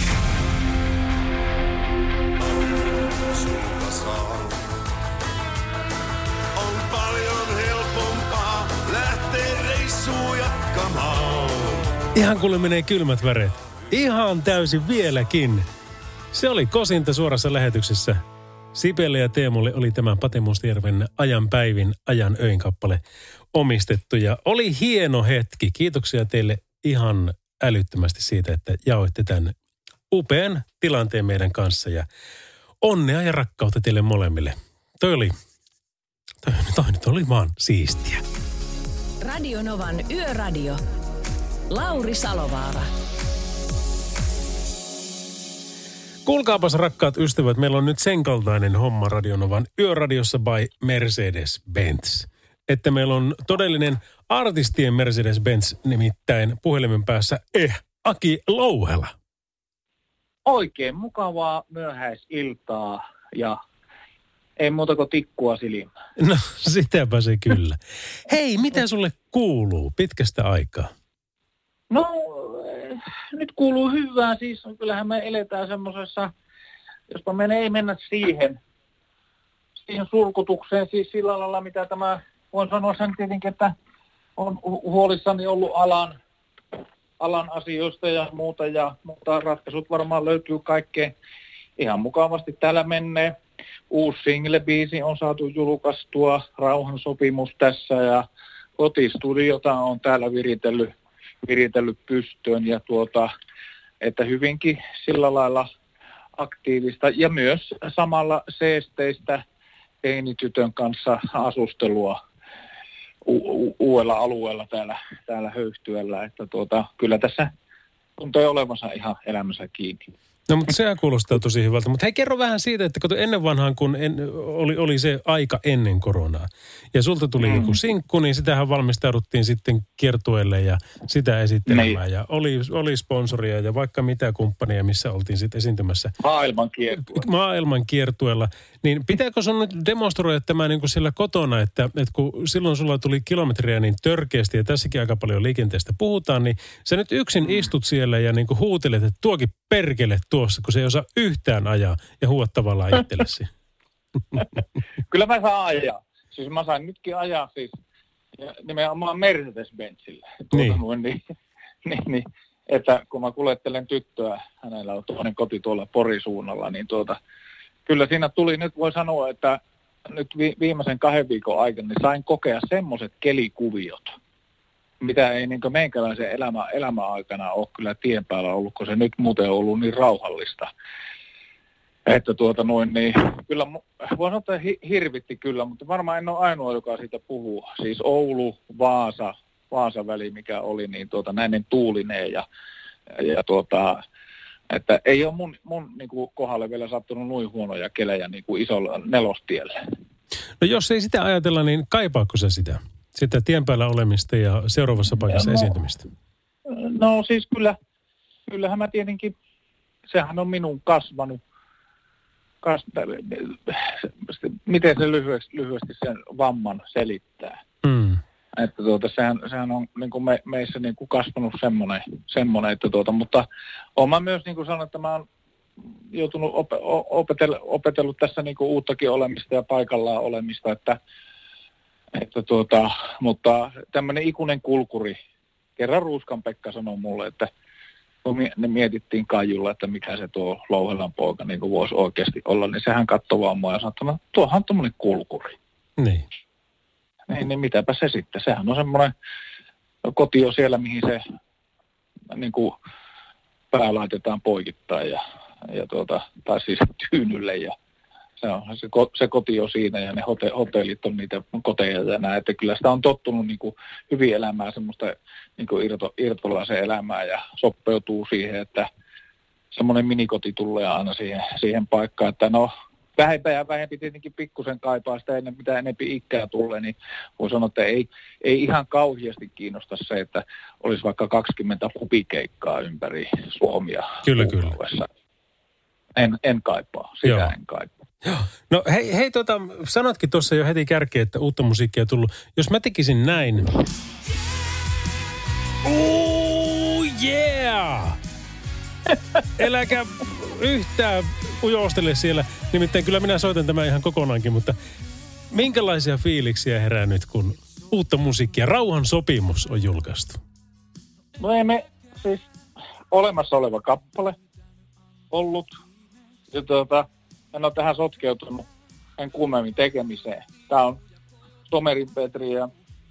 On paljon helpompaa lähteä reissua jatkamaan. Ihan kuule menee kylmät väreet. Ihan täysin vieläkin. Se oli Kosinta suorassa lähetyksessä. Sipelle ja Teemulle oli tämän Pate Mustajärven Ajan päivin, ajan öin kappale omistettu. Ja oli hieno hetki. Kiitoksia teille ihan älyttömästi siitä, että jaoitte tämän upean tilanteen meidän kanssa. Ja onnea ja rakkautta teille molemmille. Toi oli, toi, toi nyt oli vaan siistiä. Radio Novan Yöradio. Lauri Salovaara. Kuulkaapas rakkaat ystävät, meillä on nyt sen kaltainen homma Radio Novan Yöradiossa by Mercedes-Benz. Että meillä on todellinen artistien Mercedes-Benz, nimittäin puhelimen päässä eh, Aki Louhela. Oikein mukavaa myöhäisiltaa ja ei muuta kuin tikkua silmään. No sitäpä se kyllä. Hei, mitä sulle kuuluu pitkästä aikaa? No nyt kuuluu hyvää, siis kyllähän me eletään semmoisessa, jospa me ei mennä siihen, siihen surkutukseen, siis sillä lailla, mitä tämä, voin sanoa sen tietenkin, että on huolissani ollut alan, alan asioista ja muuta, ja, mutta ratkaisut varmaan löytyy kaikkeen ihan mukavasti. Täällä menee uusi single-biisi on saatu julkaistua, rauhansopimus tässä, ja kotistudiota on täällä viritellyt. viritellyt pystyyn ja tuota, että hyvinkin sillä lailla aktiivista ja myös samalla seesteistä teinitytön kanssa asustelua u- u- uudella alueella täällä, täällä Höyhtyällä, että tuota, kyllä tässä tuntee olevansa ihan elämänsä kiinni. No mutta sehän kuulostaa tosi hyvältä. Mutta hei, kerro vähän siitä, että kato ennen vanhaan, kun en, oli, oli se aika ennen koronaa. Ja sulta tuli mm. joku sinkku, niin sitähän valmistauduttiin sitten kiertueelle ja sitä esittelemään. Niin. Ja oli, oli sponsoria ja vaikka mitä kumppania, missä oltiin sitten esiintymässä. Maailman kiertueella. Maailman kiertueella. Niin pitääkö sun nyt demonstroida tämä niin kuin siellä kotona, että, että kun silloin sulla tuli kilometriä niin törkeästi ja tässäkin aika paljon liikenteestä puhutaan, niin sä nyt yksin istut siellä ja niin kuin huutelet, että tuokin perkele tuossa, kun se ei osaa yhtään ajaa ja huuat tavallaan itsellesi. Kyllä mä saan ajaa. Siis mä sain nytkin ajaa siis ja nimenomaan Mercedes-Benzillä. Tuota, niin. Niin, niin, niin, että kun mä kuljettelen tyttöä, hänellä on toinen koti tuolla Porisuunnalla, niin tuota, kyllä siinä tuli, nyt voi sanoa, että nyt vi, viimeisen kahden viikon aikana niin sain kokea semmoiset kelikuviot, mitä ei niin kuin meikäläisen elämä, elämäaikana ole kyllä tien päällä ollut, kun se nyt muuten on ollut niin rauhallista. Että tuota noin, niin kyllä voin sanoa, että hirvitti kyllä, mutta varmaan en ole ainoa, joka siitä puhuu. Siis Oulu, Vaasa, Vaasa väli, mikä oli, niin tuota näinen tuulineen ja, ja tuota, että ei ole mun, mun niin kuin kohdalle vielä sattunut noin huonoja kelejä niin kuin isolla nelostiellä. No jos ei sitä ajatella, niin kaipaako sä sitä? Sitä tien päällä olemista ja seuraavassa paikassa no, esiintymistä? No siis kyllä, kyllähän mä tietenkin, sehän on minun kasvanut. Kas, miten se lyhyesti, lyhyesti sen vamman selittää? Mm. Että tuota, sehän, sehän on niin kuin me, meissä niin kuin kasvanut semmoinen, semmoinen että tuota, mutta olen mä myös niin kuin sanonut, että mä oon joutunut op, opetel, opetellut tässä niin kuin uuttakin olemista ja paikallaan olemista, että, että tuota, mutta tämmöinen ikuinen kulkuri, kerran Ruuskan Pekka sanoi mulle, että kun ne mietittiin Kaijulla, että mikä se tuo Louhelan poika niin kuin voisi oikeasti olla, niin sehän katsoi vaan mua ja sanoi, että tuohan on tommoinen kulkuri. Niin. Niin, niin mitäpä se sitten. Sehän on semmoinen kotio siellä, mihin se niin kuin pää laitetaan poikittain ja, ja tuota, tai siis tyynylle ja se on se, se kotio siinä ja ne hote, hotellit on niitä koteja ja näin, että kyllä sitä on tottunut niin kuin hyvin elämään semmoista niin kuin irto, irtolaisen elämää ja sopeutuu siihen, että semmoinen minikoti tulee aina siihen, siihen paikkaan, että no vähempää ja vähempi tietenkin pikkusen kaipaa sitä ennen, mitä enempi ikää tulee, niin voi sanoa, että ei, ei ihan kauheasti kiinnosta se, että olisi vaikka kaksikymmentä hupikeikkaa ympäri Suomia. Kyllä, kyllä. En, en kaipaa, sitä Joo. en kaipaa. Joo. No hei, hei tota, sanotkin tuossa jo heti kärkeen, että uutta musiikkia tullut. Jos mä tekisin näin. Oh yeah! Eläkä yhtään ujostele siellä. Nimittäin kyllä minä soitan tämän ihan kokonaankin, mutta minkälaisia fiiliksiä herää nyt, kun uutta musiikkia, Rauhan sopimus on julkaistu? No ei me, siis olemassa oleva kappale ollut. Ja tuota, en ole tähän sotkeutunut en kummemmin tekemiseen. Tämä on Somerin Petri ja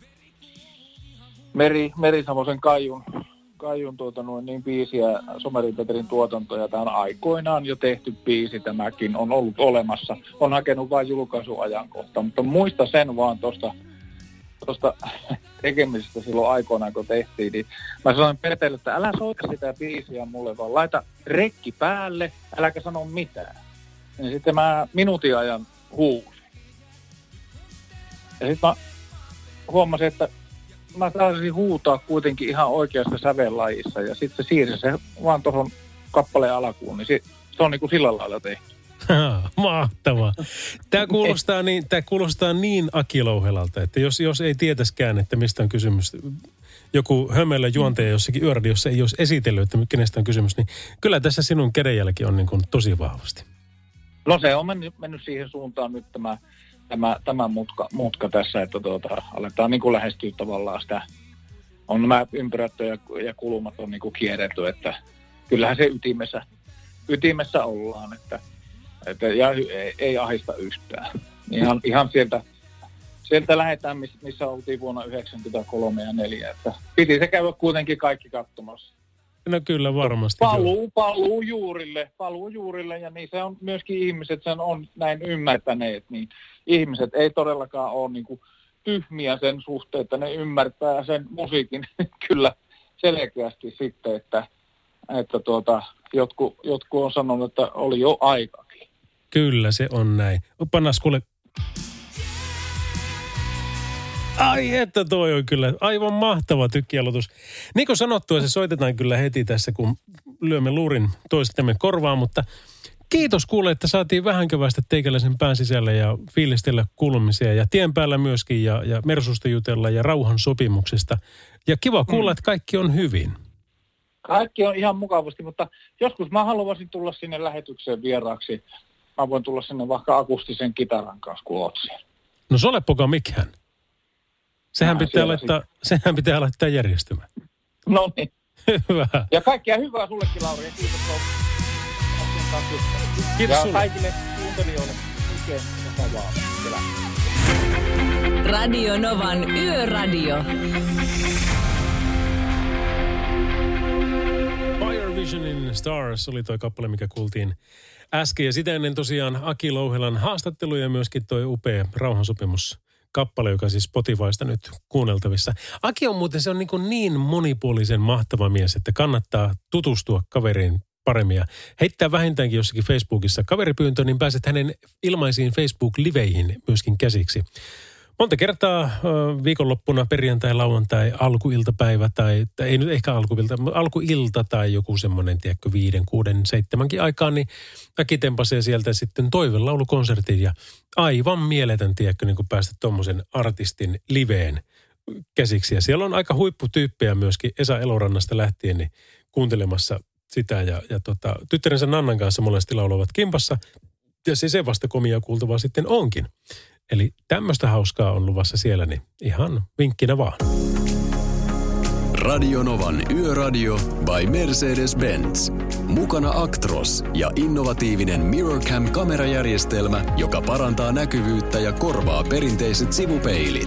Meri, Meri Samosen Kaijun, Kaijun tuota noin niin biisi ja Somerin Petrin tuotanto. Ja tämä on aikoinaan jo tehty biisi, tämäkin on ollut olemassa. On hakenut vain julkaisuajankohta, mutta muista sen vaan tuosta tuosta tekemisestä silloin aikoinaan, kun tehtiin, niin mä sanoin Peteille, että älä soita sitä biisiä mulle, vaan laita rekki päälle, äläkä sano mitään. Ja sitten mä minuutin ajan huusin. Ja sitten mä huomasin, että mä taisin huutaa kuitenkin ihan oikeassa sävellajissa, ja sitten se siirsi se vaan tuohon kappaleen alkuun, niin se, se on niin kuin sillä lailla tehty. Mahtavaa. Tämä kuulostaa niin, tämä kuulostaa niin Aki Louhelalta, että jos, jos ei tietäskään, että mistä on kysymys, joku hömelö juontaja jossakin yöradiossa ei olisi esitellyt, että kenestä on kysymys, niin kyllä tässä sinun kädenjälki on niin kuin tosi vahvasti. No se on mennyt, mennyt siihen suuntaan nyt tämä, tämä, tämä mutka, mutka tässä, että tuota, aletaan niin kuin lähestyä tavallaan sitä, on nämä ympyrät ja, ja kulmat on niin kuin kierretty, että kyllähän se ytimessä, ytimessä ollaan, että Että, ja ei, ei ahista yhtään. Ihan, ihan sieltä, sieltä lähdetään, missä oltiin vuonna yhdeksänkymmentäkolme ja neljä. Että piti se käydä kuitenkin kaikki katsomassa. No kyllä varmasti. Paluu, paluu juurille, paluu juurille ja niin se on myöskin ihmiset, sen on näin ymmärtäneet, niin ihmiset ei todellakaan ole niin kuin tyhmiä sen suhteen, että ne ymmärtää sen musiikin kyllä selkeästi sitten, että, että tuota, jotkut, jotkut on sanonut, että oli jo aika. Kyllä se on näin. Pannas kuule. Ai että toi on kyllä aivan mahtava tykkialoitus. Niin kuin sanottua, se soitetaan kyllä heti tässä, kun lyömme luurin toistemme korvaan, mutta kiitos kuule, että saatiin vähän keväistä teikäläisen pään sisällä ja fiilistellä kuulumisia ja tien päällä myöskin ja, ja Mersusta jutella ja Rauhan sopimuksesta. Ja kiva kuulla, mm. että kaikki on hyvin. Kaikki on ihan mukavasti, mutta joskus mä haluaisin tulla sinne lähetykseen vieraaksi. Mä voin tulla sinne vaikka akustisen kitaran kanssa, kun oot siellä. No se olepoka mikään. Sehän, Mä, pitää laittaa, sehän pitää laittaa järjestymään. No niin. Hyvä. Ja kaikkea hyvää sullekin, Lauri. Ja kiitos. Kiitos ja sulle. kaikille kuuntelijoille oikein mukavaa. Radio Novan Yöradio. Fire Visionin Stars oli toi kappale, mikä kuultiin äsken. Ja sitä ennen tosiaan Aki Louhelan haastattelu ja myöskin toi upea Rauhansopimus kappale, joka siis Spotifysta nyt kuunneltavissa. Aki on muuten, se on niin, kuin niin monipuolisen mahtava mies, että kannattaa tutustua kaveriin paremmin. Ja heittää vähintäänkin jossakin Facebookissa kaveripyyntö, niin pääset hänen ilmaisiin Facebook-liveihin myöskin käsiksi. Monta kertaa viikonloppuna, perjantai, lauantai, alkuiltapäivä tai, tai ei nyt ehkä alkuilta, alkuilta tai joku semmoinen, tiedätkö, viiden, kuuden, seitsemänkin aikaan, niin Aki tempasee sieltä sitten toivelaulukonsertin ja aivan mieletön, tiedätkö, niin kun päästä tuommoisen artistin liveen käsiksi. Ja siellä on aika huipputyyppejä myöskin Esa Elorannasta lähtien niin kuuntelemassa sitä ja, ja tota, tyttärensä Nannan kanssa monesti laulavat kimpassa ja se se vasta komia kuultavaa sitten onkin. Eli tämmöistä hauskaa on luvassa siellä, niin ihan vinkkinä vaan. Radio Novan Yöradio by Mercedes-Benz. Mukana Actros ja innovatiivinen MirrorCam-kamerajärjestelmä, joka parantaa näkyvyyttä ja korvaa perinteiset sivupeilit.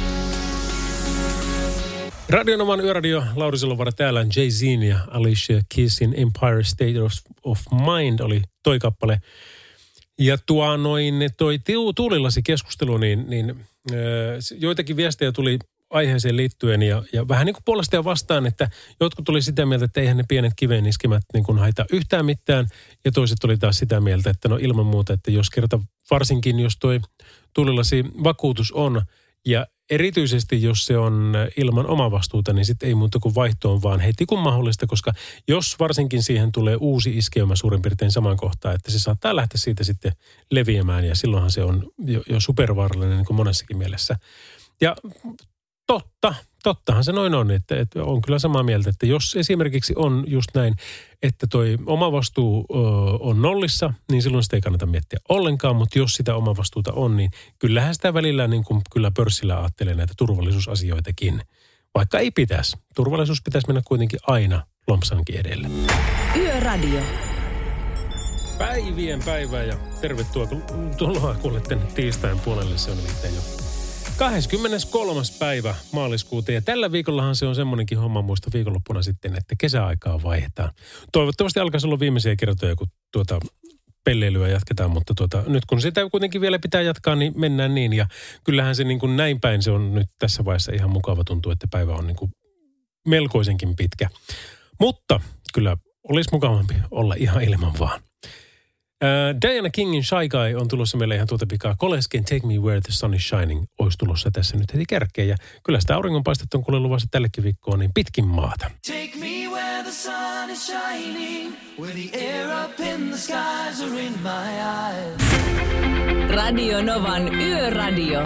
Radio Novan Yöradio, Lauri Salovaara täällä, Jay-Zin ja Alicia Keysin Empire State of Mind oli toi kappale. Ja tuo noin, toi tuulilasi keskustelu, niin, niin öö, joitakin viestejä tuli aiheeseen liittyen ja, ja vähän niin kuin puolesta ja vastaan, että jotkut tuli sitä mieltä, että eihän ne pienet kiveen iskemät niin kuin haita yhtään mitään. Ja toiset oli taas sitä mieltä, että no ilman muuta, että jos kerta varsinkin, jos toi tulilasi vakuutus on ja erityisesti jos se on ilman omavastuuta, niin sitten ei muuta kuin vaihtoon vaan heti kun mahdollista, koska jos varsinkin siihen tulee uusi iskeymä suurin piirtein samaan kohtaan, että se saattaa lähteä siitä sitten leviämään ja silloinhan se on jo, jo supervaarallinen niin kuin monessakin mielessä. Ja totta, tottahan se noin on, että, että on kyllä samaa mieltä, että jos esimerkiksi on just näin, että toi omavastuu ö, on nollissa, niin silloin sitä ei kannata miettiä ollenkaan, mutta jos sitä omavastuuta on, niin kyllähän sitä välillä niin kuin kyllä pörssillä ajattelee näitä turvallisuusasioitakin, vaikka ei pitäisi. Turvallisuus pitäisi mennä kuitenkin aina lompsankin edelle. Yöradio. Päivien päivää ja tervetuloa kuule tänne tiistain puolelle, se on nimittäin jo kahdeskymmeneskolmas päivä maaliskuuta ja tällä viikollahan se on semmoinenkin homma muista viikonloppuna sitten, että kesäaikaa vaihdetaan. Toivottavasti alkaisi olla viimeisiä kertoja, kun tuota pelleilyä jatketaan, mutta tuota, nyt kun sitä kuitenkin vielä pitää jatkaa, niin mennään niin. Ja kyllähän se niin kuin näin päin se on nyt tässä vaiheessa ihan mukava tuntuu, että päivä on niin kuin melkoisenkin pitkä. Mutta kyllä olisi mukavampi olla ihan ilman vaan. Uh, Diana Kingin Shy Guy on tulossa meille ihan tuota pikaa. Kolesken Take Me Where the Sun is Shining olisi tulossa tässä nyt heti kärkeen. Ja kyllä sitä auringonpaistetta on kuule luvassa tällekin viikkoon niin pitkin maata. Take me where the sun is shining, where the air up in the skies are in my eyes. Radio Novan Yöradio.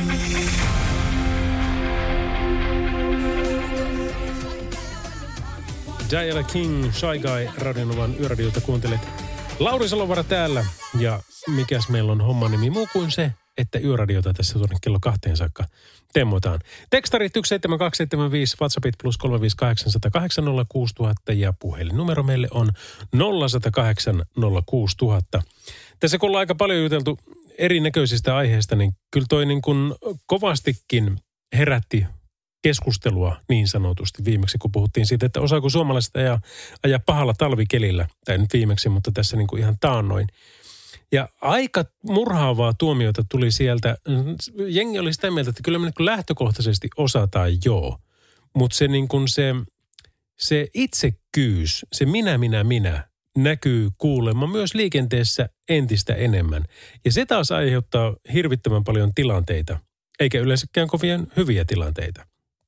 Diana King, Shy Guy, Radio Novan Yöradiota kuuntelet. Lauri Salovara täällä ja mikäs meillä on homman nimi muu kuin se, että Yöradiota tässä tuonne kello kahteen saakka temmotaan. Tekstarit yksi seitsemän kaksi seitsemän viisi, WhatsAppit plus kolme viisi kahdeksan nolla nolla kahdeksan nolla kuusi nolla nolla nolla ja puhelinnumero meille on nolla yksi nolla kahdeksan nolla kuusi nolla nolla nolla. Tässä kun ollaan aika paljon juteltu erinäköisistä aiheista, niin kyllä toi niin kuin kovastikin herätti keskustelua niin sanotusti viimeksi, kun puhuttiin siitä, että osaako suomalaiset ajaa, ajaa pahalla talvikelillä, tai nyt viimeksi, mutta tässä niin kuin ihan taannoin. Ja aika murhaavaa tuomiota tuli sieltä. Jengi oli sitä mieltä, että kyllä me niin kuin lähtökohtaisesti osataan joo, mutta se, niin kuin se, se itsekkyys, se minä, minä, minä näkyy kuulemma myös liikenteessä entistä enemmän. Ja se taas aiheuttaa hirvittävän paljon tilanteita, eikä yleensäkään kovin hyviä tilanteita.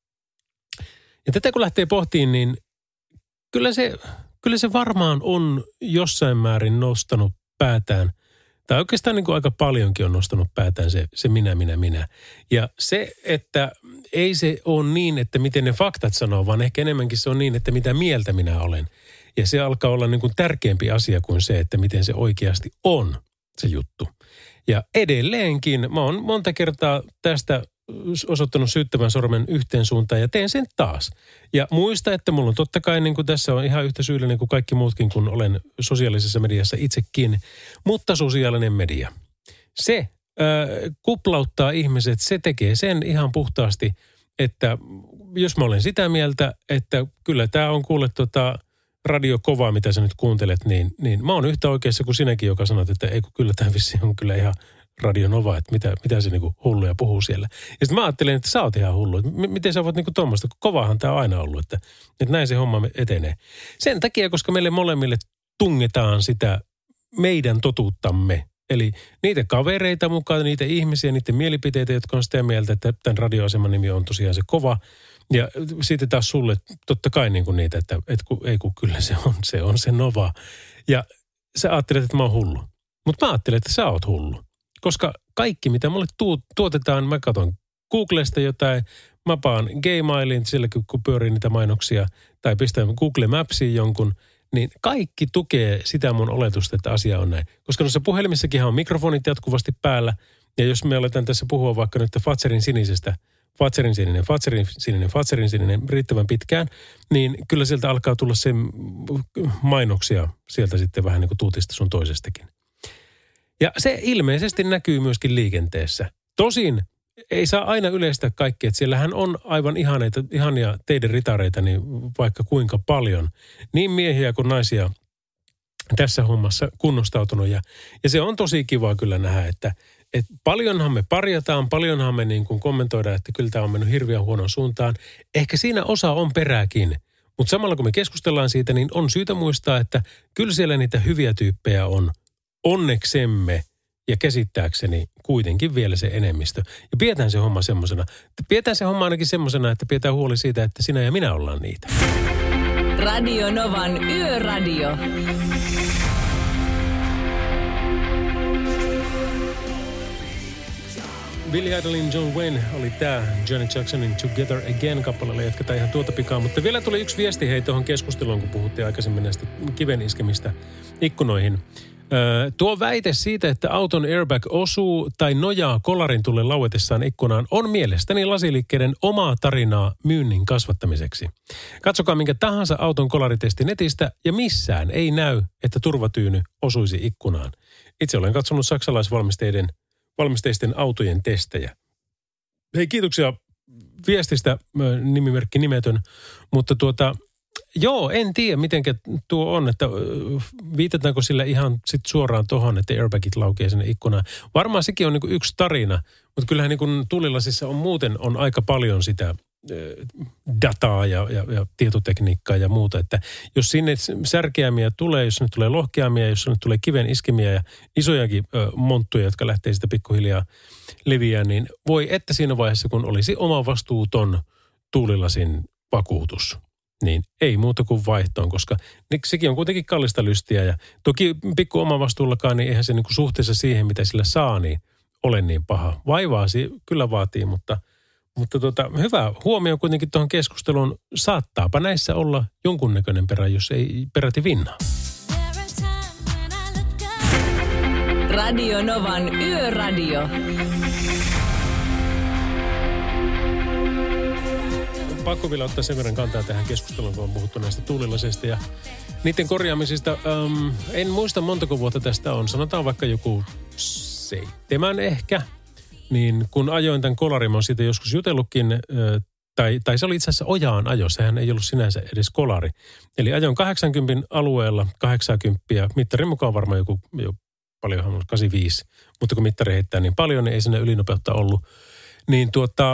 Ja tätä kun lähtee pohtiin, niin kyllä se, kyllä se varmaan on jossain määrin nostanut päätään. Tai oikeastaan niin kuin aika paljonkin on nostanut päätään se, se minä, minä, minä. Ja se, että ei se ole niin, että miten ne faktat sanoo, vaan ehkä enemmänkin se on niin, että mitä mieltä minä olen. Ja se alkaa olla niin kuin tärkeämpi asia kuin se, että miten se oikeasti on se juttu. Ja edelleenkin mä oon monta kertaa tästä osoittanut syyttävän sormen yhteen suuntaan ja teen sen taas. Ja muista, että mulla on totta kai, niin kuin tässä on ihan yhtä syyllinen kuin kaikki muutkin, kun olen sosiaalisessa mediassa itsekin, mutta sosiaalinen media. Se äh, kuplauttaa ihmiset, se tekee sen ihan puhtaasti, että jos mä olen sitä mieltä, että kyllä tämä on kuule tota radio kovaa, mitä sä nyt kuuntelet, niin, niin mä oon yhtä oikeassa kuin sinäkin, joka sanot, että ei kun kyllä tämä vissi on kyllä ihan Radio Nova, että mitä, mitä se niinku hulluja puhuu siellä. Ja sitten mä ajattelin, että sä oot ihan hullu. Että m- miten sä voit niinku tuommoista, kun kovahan tää on aina ollut, että, että näin se homma etenee. Sen takia, koska meille molemmille tungetaan sitä meidän totuuttamme. Eli niitä kavereita mukaan, niitä ihmisiä, niiden mielipiteitä, jotka on sitä mieltä, että tämän radioaseman nimi on tosiaan se kova. Ja sitten taas sulle totta kai niin kuin niitä, että, että kun, ei kun kyllä se on, se on se Nova. Ja sä ajattelet, että mä oon hullu. Mutta mä ajattelen, että sä oot hullu. Koska kaikki, mitä mulle tu- tuotetaan, mä katson Googlesta jotain, mä paan Gmailin sillä, kun pyörii niitä mainoksia, tai pistän Google Mapsiin jonkun, niin kaikki tukee sitä mun oletusta, että asia on näin. Koska noissa puhelimissakin on mikrofonit jatkuvasti päällä, ja jos me aletaan tässä puhua vaikka nyt Fatserin sinisestä, Fatserin sininen, Fatserin sininen, Fatserin sininen riittävän pitkään, niin kyllä sieltä alkaa tulla se mainoksia sieltä sitten vähän niin kuin tuutista sun toisestakin. Ja se ilmeisesti näkyy myöskin liikenteessä. Tosin ei saa aina yleistää kaikkea, että siellähän on aivan ihaneita, ihania teidän ritareita, niin vaikka kuinka paljon. Niin miehiä kuin naisia tässä hommassa kunnostautunut. Ja, ja se on tosi kiva kyllä nähdä, että Et paljonhan me parjataan, paljonhan me niin kuin kommentoidaan, että kyllä tämä on mennyt hirveän huonoon suuntaan. Ehkä siinä osa on perääkin. Mutta samalla kun me keskustellaan siitä, niin on syytä muistaa, että kyllä siellä niitä hyviä tyyppejä on onneksemme ja käsittääkseni kuitenkin vielä se enemmistö. Ja pidetään se homma semmosena. Pidetään se homma ainakin semmosena, että pidetään huoli siitä, että sinä ja minä ollaan niitä. Radio Novan Yöradio. Billy Idolin John Wayne oli tää Janet Jacksonin Together Again -kappaleella. Jatketaan ihan tuota pikaa, mutta vielä tuli yksi viesti hei tuohon keskusteluun, kun puhuttiin aikaisemmin näistä kiven iskemistä ikkunoihin. Öö, tuo väite siitä, että auton airbag osuu tai nojaa kolarin tulle lauetessaan ikkunaan, on mielestäni lasiliikkeiden omaa tarinaa myynnin kasvattamiseksi. Katsokaa minkä tahansa auton kolaritesti netistä ja missään ei näy, että turvatyyny osuisi ikkunaan. Itse olen katsonut saksalaisvalmisteiden valmisteisten autojen testejä. Hei, kiitoksia viestistä, nimimerkki nimetön, mutta tuota, joo, en tiedä miten tuo on, että viitataanko sillä ihan sit suoraan tohon, että airbagit laukee sinne ikkunaan. Varmaan sekin on niinku yksi tarina, mutta kyllähän niinku tulilasissa on muuten on aika paljon sitä dataa ja, ja, ja tietotekniikkaa ja muuta, että jos sinne särkeämiä tulee, jos sinne tulee lohkeamia, jos sinne tulee kiven iskemiä ja isojakin ö, monttuja, jotka lähtee sitä pikkuhiljaa leviää, niin voi että siinä vaiheessa, kun olisi oma vastuuton tuulilasin vakuutus, niin ei muuta kuin vaihtoon, koska sekin on kuitenkin kallista lystiä ja toki pikku oma vastuullakaan, niin eihän se niin kuin suhteessa siihen, mitä sillä saa, niin ole niin paha. Vaivaasi kyllä vaatii, mutta Mutta tota, hyvä huomio kuitenkin tuohon keskusteluun. Saattaapa näissä olla jonkunnäköinen perä, jos ei peräti vinnaa. Radio Novan Yöradio. Pakko vielä ottaa sen verran kantaa tähän keskusteluun, kun on puhuttu näistä tuulilaseista ja niiden korjaamisista. Ähm, en muista montako vuotta tästä on. Sanotaan vaikka joku seitsemän ehkä. Niin kun ajoin tämän kolarin, mä oon siitä joskus jutellutkin, tai, tai se oli itse asiassa ojaan ajo, sehän ei ollut sinänsä edes kolari. Eli ajoin kahdeksankymmentä alueella, kahdeksankymmentä, mittarin mukaan varmaan joku, jo paljonhan on kahdeksankymmentäviisi, mutta kun mittari heittää niin paljon, niin ei sinne ylinopeutta ollut. Niin tuota,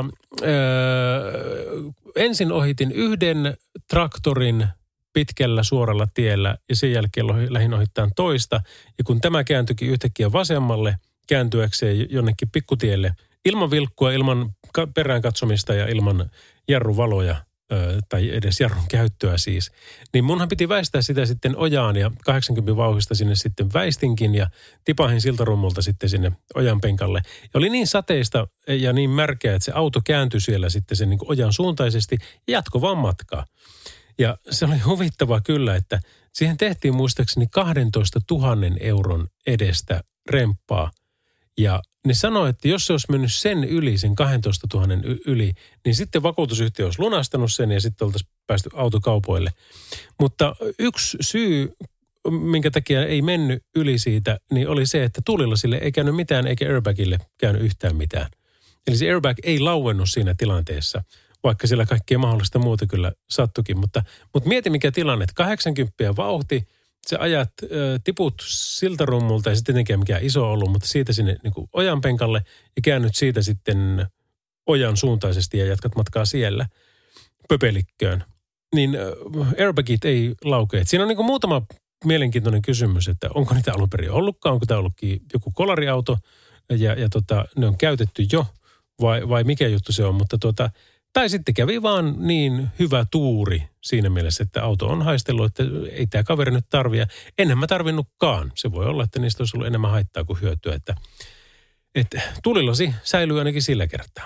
öö, ensin ohitin yhden traktorin pitkällä suoralla tiellä ja sen jälkeen lähdin ohittain toista. Ja kun tämä kääntyikin yhtäkkiä vasemmalle, kääntyäkseen jonnekin pikkutielle ilman vilkkua, ilman perään katsomista ja ilman jarruvaloja ö, tai edes jarrun käyttöä siis. Niin munhan piti väistää sitä sitten ojaan ja kahdeksankymmentä vauhista sinne sitten väistinkin ja tipahin siltarummulta sitten sinne ojan penkalle. Ja oli niin sateista ja niin märkeä, että se auto kääntyi siellä sitten sen niin kuin ojan suuntaisesti ja jatkoi vaan matkaa. Ja se oli huvittavaa kyllä, että siihen tehtiin muistaakseni kahdentoista tuhannen euron edestä remppaa. Ja ne sanoi, että jos se olisi mennyt sen yli, sen kahdentoista tuhannen yli, niin sitten vakuutusyhtiö olisi lunastanut sen ja sitten oltaisiin päästy autokaupoille. Mutta yksi syy, minkä takia ei mennyt yli siitä, niin oli se, että tuulilasille ei käynyt mitään eikä airbagille käynyt yhtään mitään. Eli se airbag ei lauennut siinä tilanteessa, vaikka siellä kaikkea mahdollista muuta kyllä sattukin. Mutta, mutta mieti mikä tilanne, että kahdeksankymmentä vauhti, sä ajat, äh, tiput siltarummulta, ei se tietenkään mikään iso ollut, mutta siitä sinne niin kuin ojan penkalle ja käännyt siitä sitten ojan suuntaisesti ja jatkat matkaa siellä pöpelikköön. Niin äh, airbagit ei laukee. Siinä on niin kuin muutama mielenkiintoinen kysymys, että onko niitä alun perin ollutkaan, onko tämä ollutkin joku kolariauto ja, ja tota, ne on käytetty jo vai, vai mikä juttu se on, mutta tota, tai sitten kävi vaan niin hyvä tuuri siinä mielessä, että auto on haistellut, että ei tämä kaveri nyt tarvitse. Enhän mä tarvinnutkaan. Se voi olla, että niistä olisi ollut enemmän haittaa kuin hyötyä. Että, että tulilasi säilyy ainakin sillä kertaa.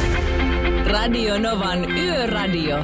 Radio Novan Yöradio.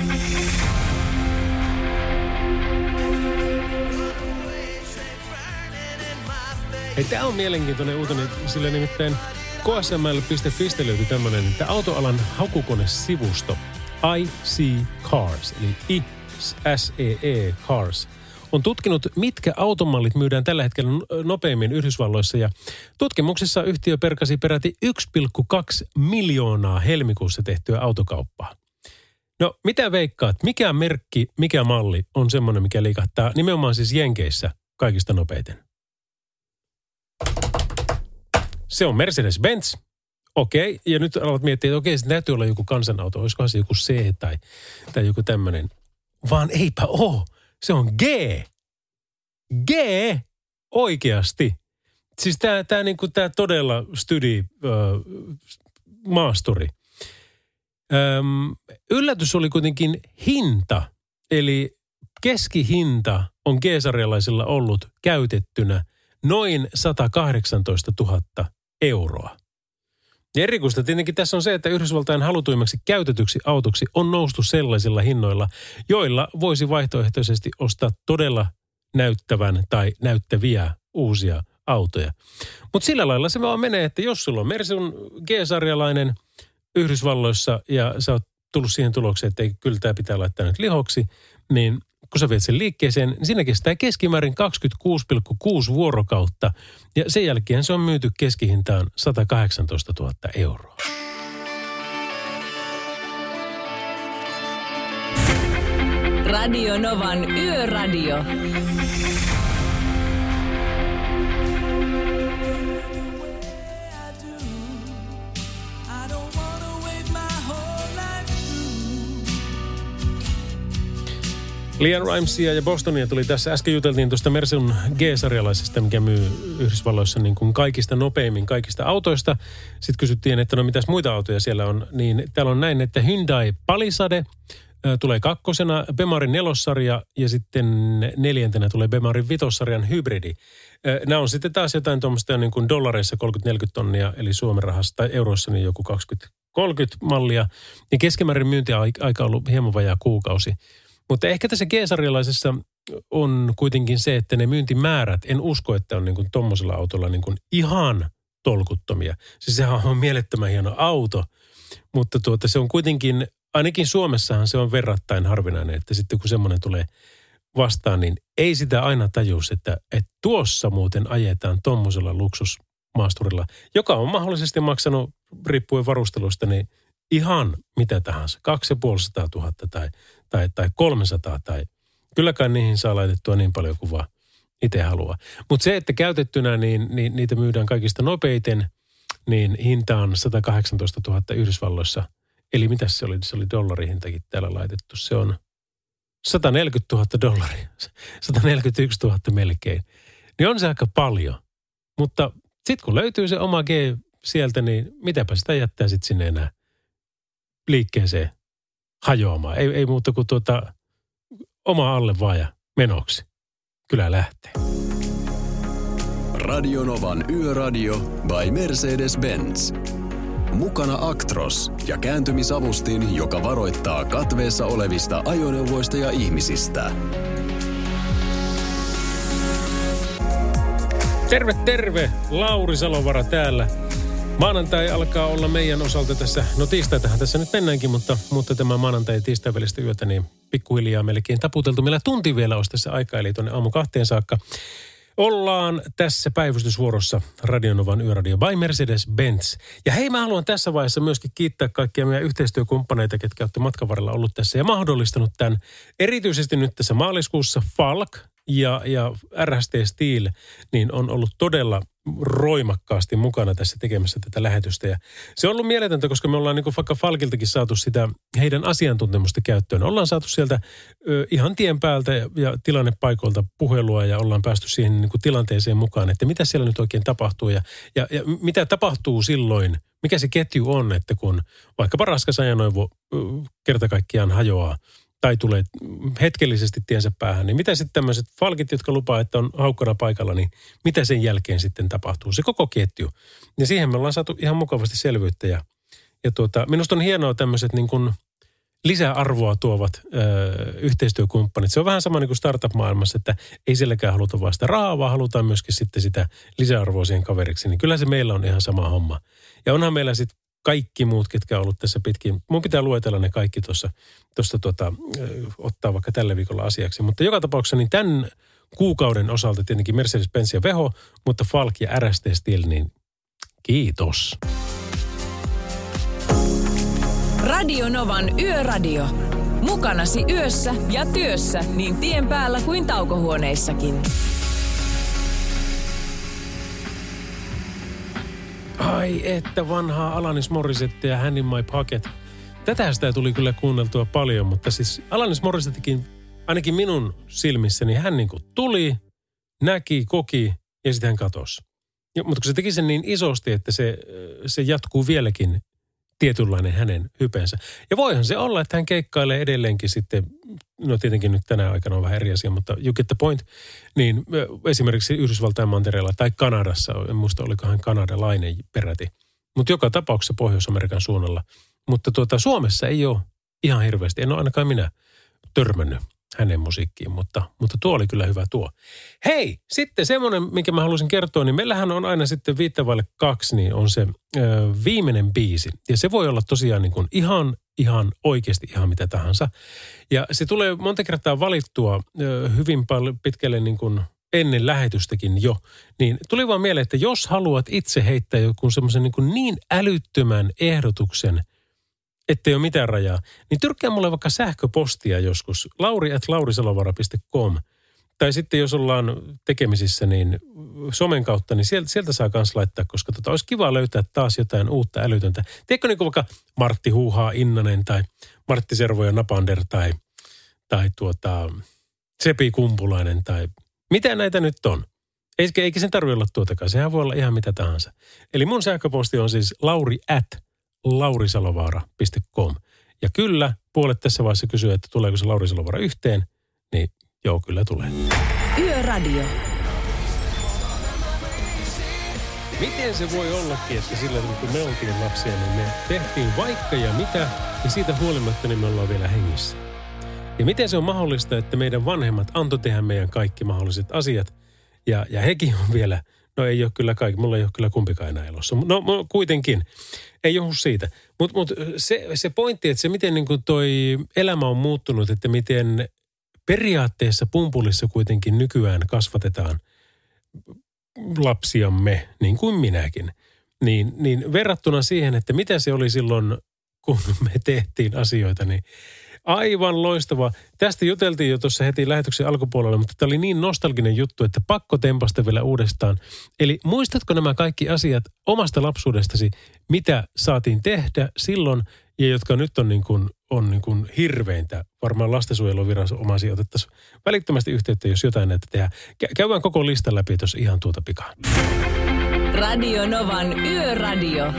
Hei, tämä on mielenkiintoinen uutinen, sillä nimittäin K S M L piste F I löytyi tämmöinen, että autoalan hakukonesivusto I C Cars, eli I S E E Cars, on tutkinut, mitkä automallit myydään tällä hetkellä nopeimmin Yhdysvalloissa. Ja tutkimuksessa yhtiö perkasi peräti yksi pilkku kaksi miljoonaa helmikuussa tehtyä autokauppaa. No, mitä veikkaat? Mikä merkki, mikä malli on semmoinen, mikä liikahtaa nimenomaan siis Jenkeissä kaikista nopeiten? Se on Mercedes-Benz. Okei, okay. Ja nyt alat miettiä, että okei, okay, se täytyy olla joku kansanauto. Olisikohan se joku C tai, tai joku tämmöinen. Vaan eipä oo. Se on G. G oikeasti. Siis tää, tää, niinku, tää todella studi äh, maasturi. Öm, yllätys oli kuitenkin hinta. Eli keskihinta on G-sarjalaisilla ollut käytettynä noin sata kahdeksantoistatuhatta euroa. Ja erikoista tietenkin tässä on se, että Yhdysvaltain halutuimmaksi käytetyksi autoksi on noustu sellaisilla hinnoilla, joilla voisi vaihtoehtoisesti ostaa todella näyttävän tai näyttäviä uusia autoja. Mutta sillä lailla se vaan menee, että jos sulla on Mersun G-sarjalainen Yhdysvalloissa ja sä oot tullut siihen tulokseen, että ei, kyllä tämä pitää laittaa nyt lihoksi, niin kun sä viet sen liikkeeseen, niin siinä kestää keskimäärin kaksikymmentäkuusi pilkku kuusi vuorokautta ja sen jälkeen se on myyty keskihintaan sata kahdeksantoistatuhatta euroa. Radio Novan Yöradio. Lian Rimesia ja Bostonia tuli tässä. Äsken juteltiin tuosta Mersun G-sarjalaisesta, mikä myy Yhdysvalloissa niin kuin kaikista nopeimmin kaikista autoista. Sitten kysyttiin, että no mitäs muita autoja siellä on. Niin täällä on näin, että Hyundai Palisade äh, tulee kakkosena, Bemarin nelossarja ja sitten neljäntenä tulee Bemarin vitossarjan hybridi. Äh, nämä on sitten taas jotain tuommoista niin kuin dollareissa kolmekymmentä neljäkymmentä tonnia, eli Suomen rahassa tai euroissa niin joku kaksikymmentä kolmekymmentä mallia. Ja keskimäärin myyntiaika on ollut hieman vajaa kuukausi. Mutta ehkä tässä G-sarjalaisessa on kuitenkin se, että ne myyntimäärät, en usko, että on niin kuin tommosella autolla niin kuin ihan tolkuttomia. Siis sehän on mielettömän hieno auto, mutta tuota, se on kuitenkin, ainakin Suomessahan se on verrattain harvinainen, että sitten kun semmoinen tulee vastaan, niin ei sitä aina tajus, että, että tuossa muuten ajetaan tommosella luksusmaasturilla, joka on mahdollisesti maksanut, riippuen varustelusta, niin ihan mitä tahansa, kaksisataaviisikymmentätuhatta tai, tai, tai kolmesataa tai kylläkään niihin saa laitettua niin paljon kuin vaan itse haluaa. Mutta se, että käytettynä niin, niin niitä myydään kaikista nopeiten, niin hinta on sata kahdeksantoistatuhatta Yhdysvalloissa. Eli mitä se oli? Se oli dollarihintakin täällä laitettu. Se on sata neljäkymmentätuhatta dollaria, sata neljäkymmentäyksituhatta melkein. Niin on se aika paljon. Mutta sitten kun löytyy se oma G sieltä, niin mitäpä sitä jättää sitten sinne enää liikkeeseen hajoamaan. Ei, ei muuta kuin tuota oma alle vaan ja menoksi. Kyllä lähtee. Radio Novan Yöradio by Mercedes-Benz. Mukana Actros ja kääntymisavustin, joka varoittaa katveessa olevista ajoneuvoista ja ihmisistä. Terve, terve! Lauri Salovara täällä. Maanantai alkaa olla meidän osalta tässä, no tiistaitahan tässä nyt mennäänkin, mutta, mutta tämä maanantai ja tiistai välistä yötä, niin pikkuhiljaa melkein taputeltu. Meillä tunti vielä olisi tässä aikaa, eli tuonne aamu kahteen saakka. Ollaan tässä päivystysvuorossa Radio Novan Yöradio by Mercedes-Benz. Ja hei, mä haluan tässä vaiheessa myöskin kiittää kaikkia meidän yhteistyökumppaneita, ketkä olette matkan varrella ollut tässä ja mahdollistanut tämän. Erityisesti nyt tässä maaliskuussa Falk ja, ja R S T Steel, niin on ollut todella roimakkaasti mukana tässä tekemässä tätä lähetystä. Ja se on ollut mieletöntä, koska me ollaan niin kuin vaikka Falkiltakin saatu sitä heidän asiantuntemusta käyttöön. Ollaan saatu sieltä ö, ihan tien päältä ja, ja tilannepaikoilta puhelua ja ollaan päästy siihen niin kuin tilanteeseen mukaan, että mitä siellä nyt oikein tapahtuu ja, ja, ja mitä tapahtuu silloin, mikä se ketju on, että kun vaikkapa raskas ajoneuvo kerta kaikkiaan hajoaa tai tulee hetkellisesti tiensä päähän, niin mitä sitten tämmöiset Falkit, jotka lupaa, että on haukkana paikalla, niin mitä sen jälkeen sitten tapahtuu? Se koko ketju. Ja siihen me ollaan saatu ihan mukavasti selvyyttä. Ja, ja tuota, minusta on hienoa tämmöiset niin kuin lisäarvoa tuovat ö, yhteistyökumppanit. Se on vähän sama niin kuin startup-maailmassa, että ei sielläkään haluta vaan sitä rahaa, vaan halutaan myöskin sitten sitä lisäarvoa siihen kaveriksi. Niin kyllä se meillä on ihan sama homma. Ja onhan meillä sitten kaikki muut, ketkä on ollut tässä pitkin. Mun pitää luetella ne kaikki tuossa, tuossa tuota, ottaa vaikka tällä viikolla asiaksi. Mutta joka tapauksessa niin tämän kuukauden osalta tietenkin Mercedes-Benz ja Veho, mutta Falk ja R S T Steel, niin kiitos. Radio Novan Yöradio. Mukanasi yössä ja työssä niin tien päällä kuin taukohuoneissakin. Ai että vanhaa Alanis Morissettia ja Hand in My Pocket. Tätä sitä tuli kyllä kuunneltua paljon, mutta siis Alanis Morissettikin, ainakin minun silmissäni, hän niin kuin tuli, näki, koki ja sitten hän katosi. Ja, mutta kun se teki sen niin isosti, että se, se jatkuu vieläkin tietynlainen hänen hypensä. Ja voihan se olla, että hän keikkailee edelleenkin sitten, no tietenkin nyt tänä aikana on vähän eri asia, mutta you get the point, niin esimerkiksi Yhdysvaltain mantereella tai Kanadassa, en muista oliko hän kanadalainen peräti, mutta joka tapauksessa Pohjois-Amerikan suunnalla. Mutta tuota, Suomessa ei ole ihan hirveästi, en ole ainakaan minä törmännyt hänen musiikkiin, mutta, mutta tuo oli kyllä hyvä tuo. Hei, sitten semmoinen, minkä mä halusin kertoa, niin meillähän on aina sitten viittavaille kaksi, niin on se ö, viimeinen biisi. Ja se voi olla tosiaan niin kuin ihan, ihan oikeasti ihan mitä tahansa. Ja se tulee monta kertaa valittua ö, hyvin paljon pitkälle niin kuin ennen lähetystäkin jo. Niin tuli vaan mieleen, että jos haluat itse heittää joku semmoisen niin kuin niin älyttömän ehdotuksen, ettei ole mitään rajaa, niin tyrkkää mulle vaikka sähköpostia joskus, lauri at laurisalovara piste com. Tai sitten jos ollaan tekemisissä, niin somen kautta, niin sieltä, sieltä saa kans laittaa, koska tota, olisi kiva löytää taas jotain uutta älytöntä. Tiedätkö niin kuin vaikka Martti Huuhaa Innanen tai Martti Servoja Napander tai, tai tuota, Sepi Kumpulainen tai mitä näitä nyt on? Eikä, eikä sen tarvitse olla tuotakaan, sehän voi olla ihan mitä tahansa. Eli mun sähköposti on siis lauri at laurisalovara piste com. Ja kyllä, puolet tässä vaiheessa kysyy, että tuleeko se Lauri Salovara yhteen, niin joo, kyllä tulee. Yöradio. Miten se voi ollakin, että sillä kun me oltiin lapsia, niin me tehtiin vaikka ja mitä, ja siitä huolimatta niin me ollaan vielä hengissä. Ja miten se on mahdollista, että meidän vanhemmat antoi tehdä meidän kaikki mahdolliset asiat, ja, ja hekin on vielä, no ei ole kyllä kaikki, mulla ei ole kyllä kumpikaan enää elossa. No kuitenkin, ei johdu siitä. Mutta mut se, se pointti, että se miten niin kuin toi elämä on muuttunut, että miten periaatteessa pumpulissa kuitenkin nykyään kasvatetaan lapsiamme, niin kuin minäkin, niin, niin verrattuna siihen, että mitä se oli silloin, kun me tehtiin asioita, niin aivan loistava. Tästä juteltiin jo tuossa heti lähetyksen alkupuolella, mutta tämä oli niin nostalginen juttu, että pakko tempasta vielä uudestaan. Eli muistatko nämä kaikki asiat omasta lapsuudestasi, mitä saatiin tehdä silloin, ja jotka nyt on niin kuin, on niin kuin hirveintä. Varmaan lastensuojeluviranomaisia otettaisiin välittömästi yhteyttä, jos jotain näitä tehdään. Käydään koko listan läpi tuossa ihan tuota pikaa. Radio Novan Yöradio.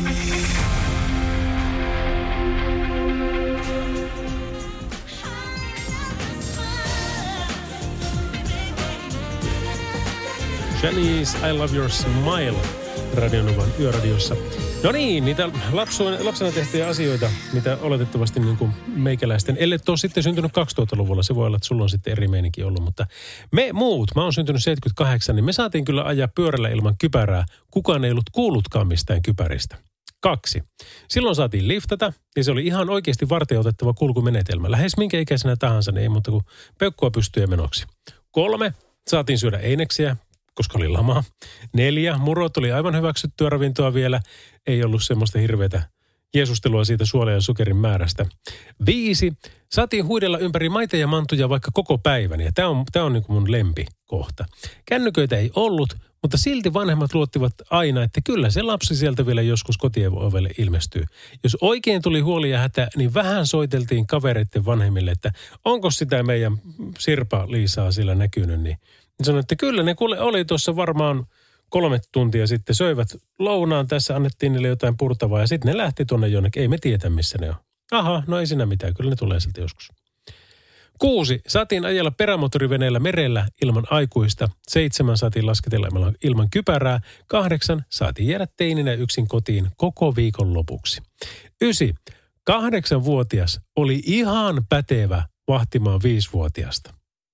Janice, I Love Your Smile, Radio Novan Yöradiossa. No niin, niitä lapsuun, lapsena tehtyjä asioita, mitä oletettavasti niin kuin meikäläisten, ellei ole sitten syntynyt kaksituhattaluvulla, se voi olla, että sulla on sitten eri meininki ollut, mutta me muut, mä oon syntynyt seitsemänkymmentäkahdeksan, niin me saatiin kyllä ajaa pyörällä ilman kypärää. Kukaan ei ollut kuullutkaan mistään kypäristä. Kaksi. Silloin saatiin liftata, ja se oli ihan oikeasti varteenotettava kulkumenetelmä. Lähes minkä ikäisenä tahansa, niin ei muuta kuin peukkua pystyä menoksi. Kolme. Saatiin syödä eineksiä, koska oli lama. Neljä. Murot oli aivan hyväksyttyä ravintoa vielä. Ei ollut semmoista hirveätä jeesustelua siitä suolen ja sokerin määrästä. Viisi. Saatiin huidella ympäri maita ja mantuja vaikka koko päivän. Ja tämä on, tää on niin kuin mun lempikohta. Kännyköitä ei ollut, mutta silti vanhemmat luottivat aina, että kyllä se lapsi sieltä vielä joskus kotien ovelle ilmestyy. Jos oikein tuli huoli ja hätä, niin vähän soiteltiin kavereiden vanhemmille, että onko sitä meidän Sirpa-Liisaa sillä näkynyt, niin sanoin, että kyllä ne kuule oli tuossa varmaan kolme tuntia sitten. Söivät lounaan, tässä annettiin niille jotain purtavaa ja sitten ne lähti tuonne jonnekin. Ei me tiedä, missä ne on. Aha, no ei siinä mitään, kyllä ne tulee sieltä joskus. Kuusi. Saatiin ajella perämoottoriveneellä merellä ilman aikuista. Seitsemän. Saatiin lasketella ilman kypärää. Kahdeksan. Saatiin jäädä teininä yksin kotiin koko viikon lopuksi. Ysi. Kahdeksanvuotias oli ihan pätevä vahtimaan viisivuotiasta.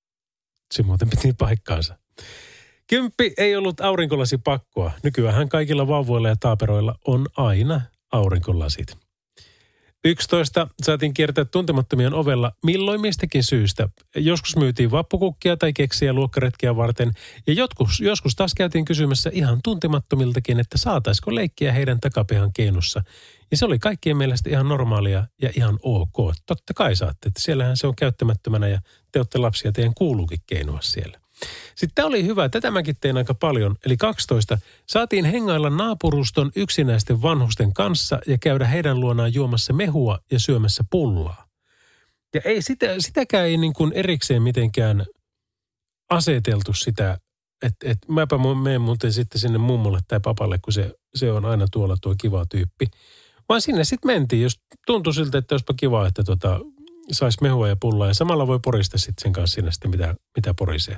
Se muuten piti paikkaansa. Kymppi ei ollut aurinkolasi pakkoa. Nykyään kaikilla vauvoilla ja taaperoilla on aina aurinkolasit. yksitoista. Saatiin kiertää tuntemattomien ovella milloin mistäkin syystä. Joskus myytiin vappukukkia tai keksiä luokkaretkiä varten. Ja joskus, joskus taas käytiin kysymässä ihan tuntemattomiltakin, että saataisiko leikkiä heidän takapihan keinussa. Ja se oli kaikkien mielestä ihan normaalia ja ihan ok. Totta kai saatte, että siellähän se on käyttämättömänä ja te olette lapsia, teidän kuuluukin keinua siellä. Sitten tämä oli hyvä. Tätä mäkin tein aika paljon. Eli kaksitoista. Saatiin hengailla naapuruston yksinäisten vanhusten kanssa ja käydä heidän luonaan juomassa mehua ja syömässä pullaa. Ja ei sitä, sitäkään ei niin kuin erikseen mitenkään aseteltu sitä, että et mäpä menen muuten sitten sinne mummolle tai papalle, kun se, se on aina tuolla tuo kiva tyyppi. Vaan sinne sitten mentiin, jos tuntui siltä, että olisipa kiva, että tota, saisi mehua ja pullaa. Ja samalla voi porista sitten sen kanssa siinä sitten, mitä, mitä porisee.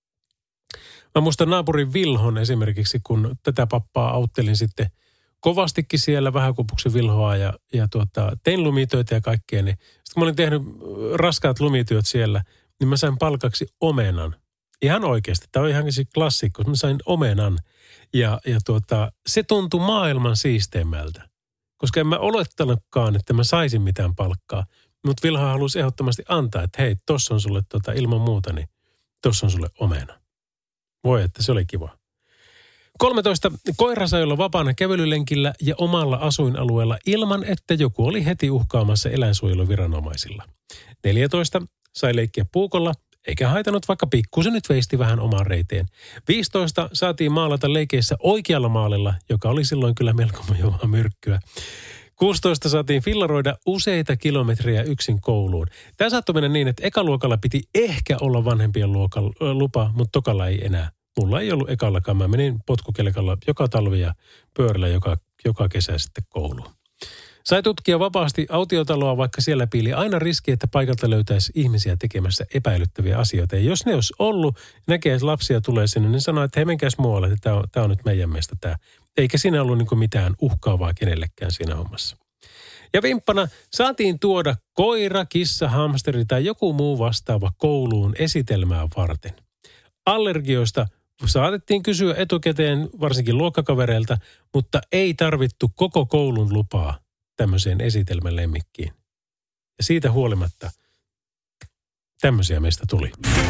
Mä muistan naapurin Vilhon esimerkiksi, kun tätä pappaa auttelin sitten kovastikin siellä vähän kupuksen Vilhoa ja, ja tuota, tein lumitöitä ja kaikkea. Niin sitten kun mä olin tehnyt raskaat lumityöt siellä, niin mä sain palkaksi omenan. Ihan oikeasti. Tämä on ihan se klassikko. Mä sain omenan ja, ja tuota, se tuntui maailman siisteimmältä. Koska en mä olettanutkaan, että mä saisin mitään palkkaa. Mutta Vilha halusi ehdottomasti antaa, että hei, tossa on sulle tuota, ilman muuta, niin tossa on sulle omena. Voi, että se oli kiva. kolmetoista. Koira sai olla vapaana kävelylenkillä ja omalla asuinalueella ilman, että joku oli heti uhkaamassa eläinsuojeluviranomaisilla. neljätoista. Sai leikkiä puukolla, eikä haitanut, vaikka pikkusen nyt veisti vähän omaan reiteen. viisitoista. Saatiin maalata leikeissä oikealla maalilla, joka oli silloin kyllä melko mojovaa myrkkyä. kuusitoista. Saatiin fillaroida useita kilometriä yksin kouluun. Tämä saattoi mennä niin, että ekaluokalla piti ehkä olla vanhempien luokan lupa, mutta tokalla ei enää. Mulla ei ollut ekallakaan. Mä menin potkukelkalla joka talvi ja pyörällä joka, joka kesä sitten kouluun. Sai tutkia vapaasti autiotaloa, vaikka siellä piili aina riski, että paikalta löytäisi ihmisiä tekemässä epäilyttäviä asioita. Ja jos ne olisi ollut, näkee, että lapsia tulee sinne, niin sanoo, että hei, menkääs muualle, että tämä on, tämä on nyt meidän meistä tämä. Eikä siinä ollut niin kuin mitään uhkaavaa kenellekään siinä hommassa. Ja vimppana saatiin tuoda koira, kissa, hamsteri tai joku muu vastaava kouluun esitelmää varten. Allergioista saatettiin kysyä etukäteen varsinkin luokkakavereilta, mutta ei tarvittu koko koulun lupaa tämmöiseen esitelmälemmikkiin. Ja siitä huolimatta tämmöisiä meistä tuli.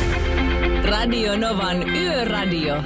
Radio Novan Yöradio.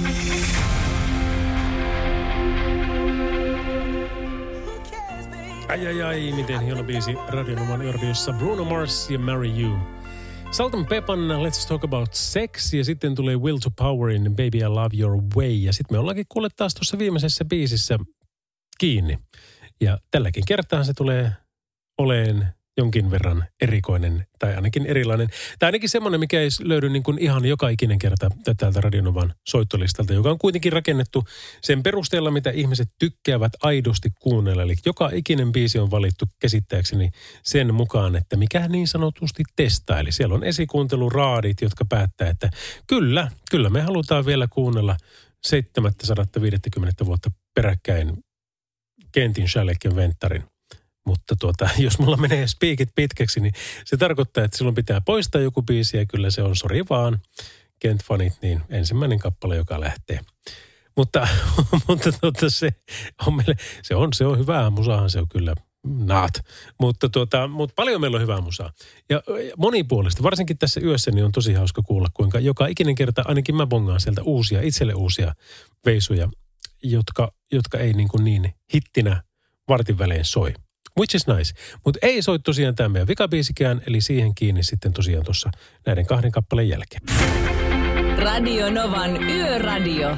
Ai ai ai, miten hieno biisi Radio Novan Yöradiossa. Bruno Mars ja Marry You. Salt and Peppan Let's Talk About Sex ja sitten tulee Will to Powerin Baby I Love Your Way. Ja sitten me ollaankin kuulleet taas tuossa viimeisessä biisissä kiinni. Ja tälläkin kertaa se tulee oleen jonkin verran erikoinen tai ainakin erilainen. Tai ainakin semmoinen, mikä ei löydy niin kuin ihan joka ikinen kerta täältä Radio Novan soittolistalta, joka on kuitenkin rakennettu sen perusteella, mitä ihmiset tykkäävät aidosti kuunnella. Eli joka ikinen biisi on valittu käsittääkseni sen mukaan, että mikä niin sanotusti testaa. Eli siellä on esikuunteluraadit, jotka päättää, että kyllä, kyllä me halutaan vielä kuunnella seitsemänsataaviisikymmentä vuotta peräkkäin Kentin, Shalekin, Venttarin. Mutta tuota, jos mulla menee spiikit pitkäksi, niin se tarkoittaa, että silloin pitää poistaa joku biisi ja kyllä se on, sori vaan, Kent-fanit, niin ensimmäinen kappale, joka lähtee. Mutta, mutta tuota, se, on meille, se, on, se on hyvää musaahan, se on kyllä naat. Mutta, tuota, mutta paljon meillä on hyvää musaa. Ja monipuolista, varsinkin tässä yössä, niin on tosi hauska kuulla, kuinka joka ikinen kerta, ainakin mä bongaan sieltä uusia, itselle uusia veisuja, jotka, jotka ei niin, kuin niin hittinä vartin välein soi. Which is nice. Mutta ei soi tosiaan tämä meidän vikabiisikään, eli siihen kiinni sitten tosiaan tuossa näiden kahden kappaleen jälkeen. Radio Novan Yöradio.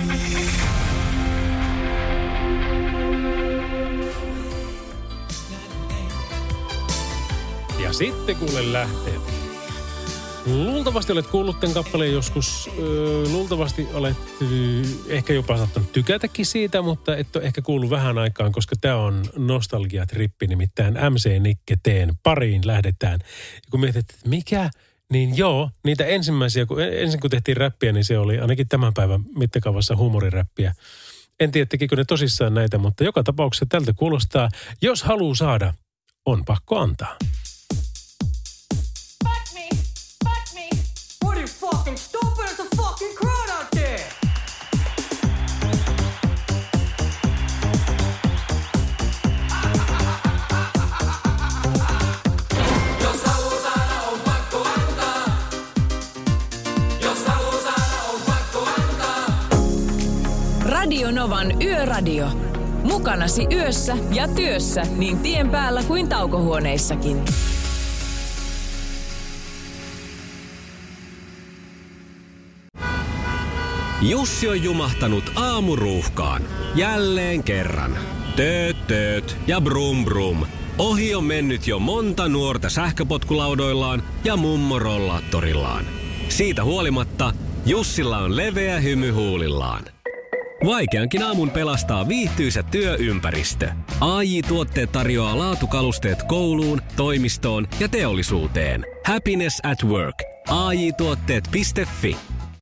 Ja sitten kuule lähtee. Luultavasti olet kuullut tämän kappaleen joskus, luultavasti olet ehkä jopa saattanut tykätäkin siitä, mutta et ole ehkä kuullut vähän aikaan, koska tämä on nostalgiatrippi, nimittäin M C Nikke Teen pariin lähdetään. Ja kun mietit, että mikä, niin joo, niitä ensimmäisiä, kun, ensin kun tehtiin räppiä, niin se oli ainakin tämän päivän mittakaavassa huumoriräppiä. En tiedä, tekikö ne tosissaan näitä, mutta joka tapauksessa tältä kuulostaa, jos haluaa saada, on pakko antaa. Fucking stupid as a fucking crowd out there. Jos haluaa saada, on pakko antaa. Jos haluaa saada, on pakko antaa. Radio Novan Yöradio. Mukanasi yössä ja työssä niin tien päällä kuin taukohuoneissakin. Jussi on jumahtanut aamuruuhkaan. Jälleen kerran. Tööt, tööt ja brum brum. Ohi on mennyt jo monta nuorta sähköpotkulaudoillaan ja mummorollaattorillaan. Siitä huolimatta Jussilla on leveä hymy huulillaan. Vaikeankin aamun pelastaa viihtyisä työympäristö. A J-tuotteet tarjoaa laatukalusteet kouluun, toimistoon ja teollisuuteen. Happiness at work. A J tuotteet piste fi